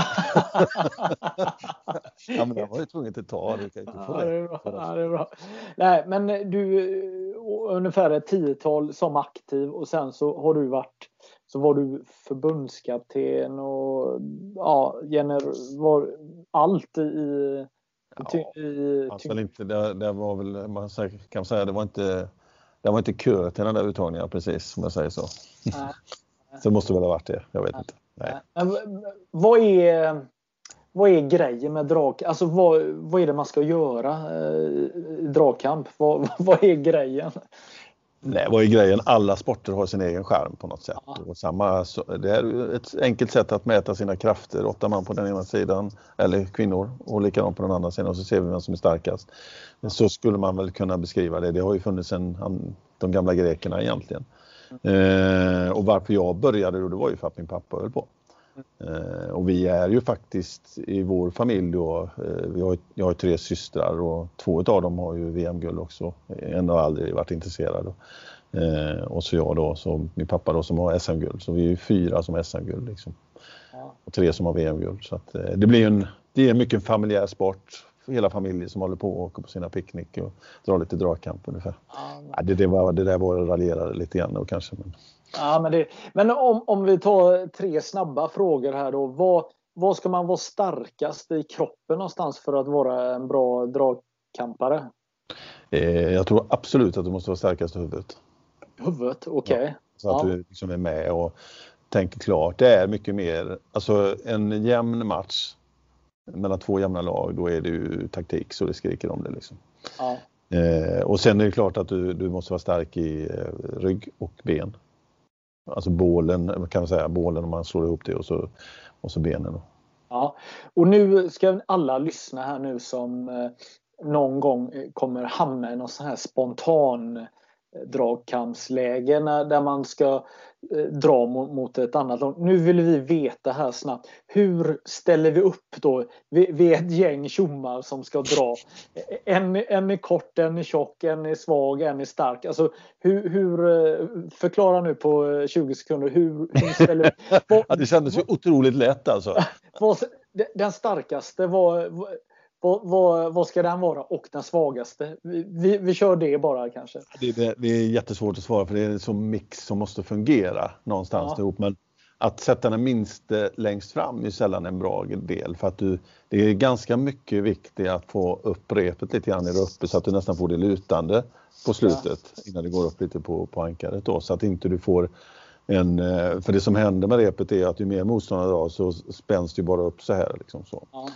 Ja, men jag var ju tvungen att ta det. Kan inte få ja, det är bra. Ja, det är bra. Nej, men du ungefär ett tiotal som aktiv och sen så har du varit, så var du förbundskapten och ja, gener, var allt i ja, i alltså väl inte, det, det var väl, man kan säga, det var inte det var inte kö till den där uttagningen precis, som jag säger så. Nej. Så det måste väl ha varit det, jag vet Nej. inte. Nej. Men, vad är vad är grejen med drag? Alltså vad, vad är det man ska göra i dragkamp? Vad, vad är grejen? Nej, vad är grejen? Alla sporter har sin egen skärm på något sätt. Ja. Och samma, det är ett enkelt sätt att mäta sina krafter. Åtta man på den ena sidan, eller kvinnor, och likadant på den andra sidan. Och så ser vi vem som är starkast. Ja. Så skulle man väl kunna beskriva det. Det har ju funnits sedan de gamla grekerna egentligen. Mm. Eh, och varför jag började då, det var ju för att min pappa höll på. Uh, och vi är ju faktiskt i vår familj då, uh, vi har, jag har tre systrar och två av dem har ju V M-guld också. En har aldrig varit intresserad. Uh, och så jag då, så min pappa då som har S M-guld. Så vi är ju fyra som har S M-guld liksom. Ja. Och tre som har V M-guld. Så att, uh, det blir en, det är mycket en familjär sport. För hela familjen som håller på och åker på sina picknick och drar lite dragkamp ungefär. Ja, men... ja, det, det, var, det där var raljerade lite grann då kanske. Men... Ja, men, det, men om, om vi tar tre snabba frågor här då. Vad, vad ska man vara starkast i kroppen någonstans för att vara en bra dragkampare? Eh, jag tror absolut att du måste vara starkast i huvudet. Huvudet, okej. Okay. Ja, så att ja. du liksom är med och tänker klart. Det är mycket mer, alltså en jämn match mellan två jämna lag, då är det ju taktik så det skriker om det liksom. Ja. Eh, och sen är det klart att du, du måste vara stark i eh, rygg och ben. Alltså bålen, kan man säga, bålen om man slår ihop det och så, och så benen då. Ja, och nu ska alla lyssna här nu som eh, någon gång kommer hamna i någon sån här spontan dragkampsläge där man ska eh, dra mot, mot ett annat lag. Nu vill vi veta här snabbt, hur ställer vi upp då? Vi, vi är ett gäng tjommar som ska dra. En, en är kort, en är tjock, en är svag, en är stark. Alltså, hur, hur förklara nu på tjugo sekunder, hur, hur ställer vi? Vad, ja, det kändes ju otroligt lätt alltså. Vad, den starkaste var... Vad, vad, vad ska den vara? Och den svagaste? Vi, vi, vi kör det bara kanske. Det, det, det är jättesvårt att svara för det är en sån mix som måste fungera någonstans ja. ihop. Men att sätta den minste längst fram är sällan en bra del. För att du, det är ganska mycket viktigt att få upp repet lite grann där uppe så att du nästan får det lutande på slutet ja. innan det går upp lite på, på ankaret då. Så att inte du får en... För det som händer med repet är att ju mer motståndare drar så spänns det bara upp så här liksom så. Ja.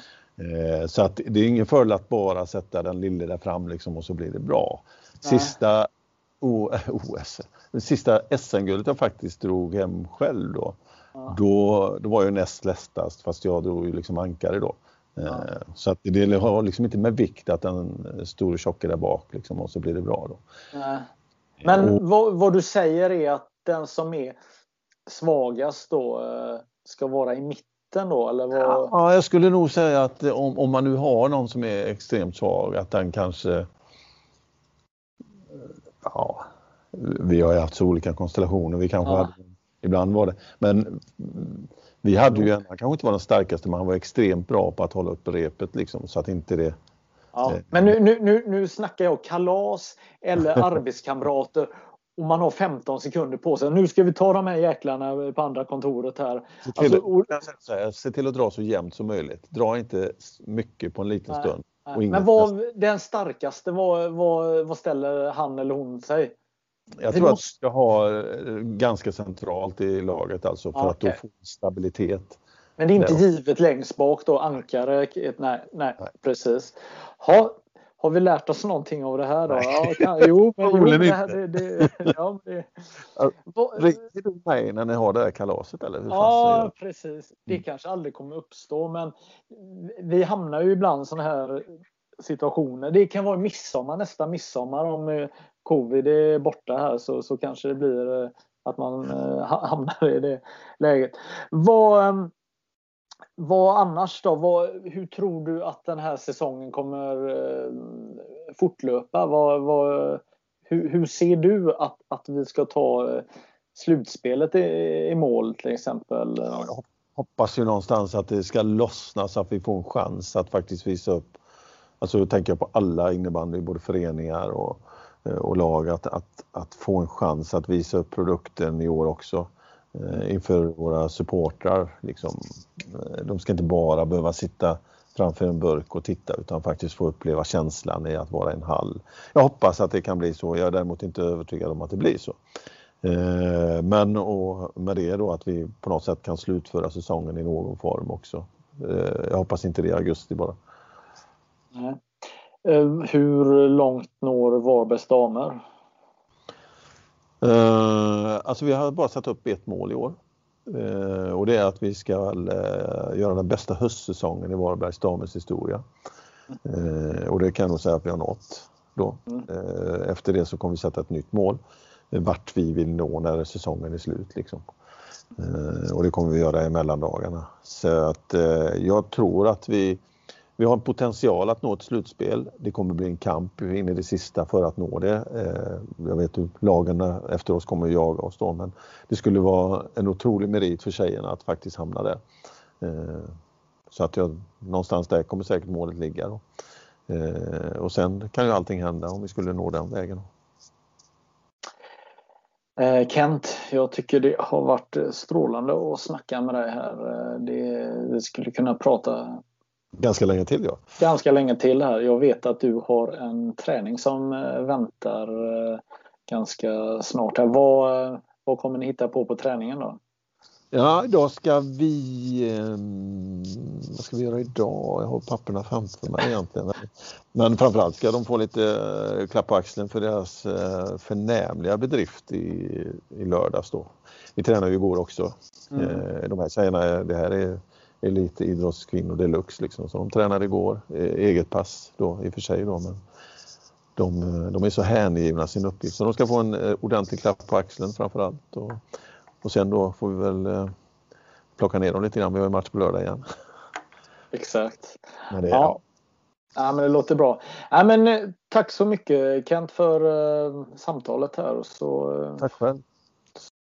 Så att det är ingen fördel att bara sätta den lille där fram liksom och så blir det bra. Sista O S, den sista S M-guldet jag faktiskt drog hem själv då. Ja. Då, då var jag näst lättast fast jag drog ju liksom ankare då. Ja. Så att det har liksom inte med vikt att den stora tjocka där bak liksom och så blir det bra då. Ja. Men och, vad, vad du säger är att den som är svagast då ska vara i mitten. Då, eller vad? Ja, jag skulle nog säga att om, om man nu har någon som är extremt svag att den kanske ja, vi har ju haft så olika konstellationer vi kanske ja. hade, ibland var det men vi hade ju en, han kanske inte var den starkaste men han var extremt bra på att hålla upp repet liksom så att inte det ja. eh, men nu, nu, nu, nu snackar jag kalas eller arbetskamrater och man har femton sekunder på sig. Nu ska vi ta de här jäklarna på andra kontoret här. Se till, alltså, och, säga, se till att dra så jämnt som möjligt. Dra inte mycket på en liten nej, stund. Nej. Men vad, den starkaste, vad, vad, vad ställer han eller hon sig? Jag tror måste... att du ska ha ganska centralt i laget alltså för okay. att då få stabilitet. Men det är inte givet längst bak då, ankare, nej, nej, nej. precis. Ha, har vi lärt oss någonting av det här då? Ja, kan, jo, men jo, det här, det, det, ja, det. Ringer du mig när ni har det här kalaset eller? Hur ja, precis. Det kanske aldrig kommer uppstå, men vi hamnar ju ibland såna här situationer. Det kan vara midsommar, nästa midsommar om covid är borta här så, så kanske det blir att man hamnar i det läget. Vad Vad annars då? Vad, hur tror du att den här säsongen kommer eh, fortlöpa? Vad, vad, hur, hur ser du att, att vi ska ta eh, slutspelet i, i mål till exempel? Ja, jag hoppas ju någonstans att det ska lossna så att vi får en chans att faktiskt visa upp. Alltså då tänker jag på alla innebandy, både föreningar och, och lag, att, att, att få en chans att visa upp produkten i år också. Inför våra supportrar liksom. De ska inte bara behöva sitta framför en burk och titta utan faktiskt få uppleva känslan i att vara en hall. Jag hoppas att det kan bli så. Jag är däremot inte övertygad om att det blir så. Men och med det då att vi på något sätt kan slutföra säsongen i någon form också. Jag hoppas inte det i augusti bara. Nej. Hur långt når Varbergs damer? Uh, alltså vi har bara satt upp ett mål i år uh, och det är att vi ska uh, göra den bästa höstsäsongen i Varbergs damers historia uh, och det kan jag nog säga att vi har nått då. Uh, efter det så kommer vi sätta ett nytt mål uh, vart vi vill nå när säsongen är slut liksom. uh, och det kommer vi göra i mellandagarna så att uh, jag tror att vi Vi har en potential att nå ett slutspel. Det kommer bli en kamp in i det sista för att nå det. Jag vet hur lagen efter oss kommer att jaga oss då. Men det skulle vara en otrolig merit för tjejerna att faktiskt hamna där. Så att jag, någonstans där kommer säkert målet ligga då. Och sen kan ju allting hända om vi skulle nå den vägen. Kent, jag tycker det har varit strålande att snacka med dig här. Det, vi skulle kunna prata ganska länge till, ja. Ganska länge till här. Jag vet att du har en träning som väntar ganska snart här. Vad, vad kommer ni hitta på på träningen då? Ja, idag ska vi... Vad ska vi göra idag? Jag har papperna framför mig egentligen. Men framförallt ska de få lite klapp på axeln för deras förnämliga bedrift i, i lördags då. Vi tränade ju igår också. Mm. De här tjejerna, det här är... elitidrottskvinnor deluxe liksom. Så de tränade igår, eget pass då i och för sig då, men de, de är så hängivna sin uppgift så de ska få en ordentlig klapp på axeln framförallt och, och sen då får vi väl eh, plocka ner dem lite grann. Vi har en match på lördag igen. Exakt. Men det, ja. Ja. Ja, men det låter bra. Ja, men tack så mycket Kent för uh, samtalet här och så uh... tack själv.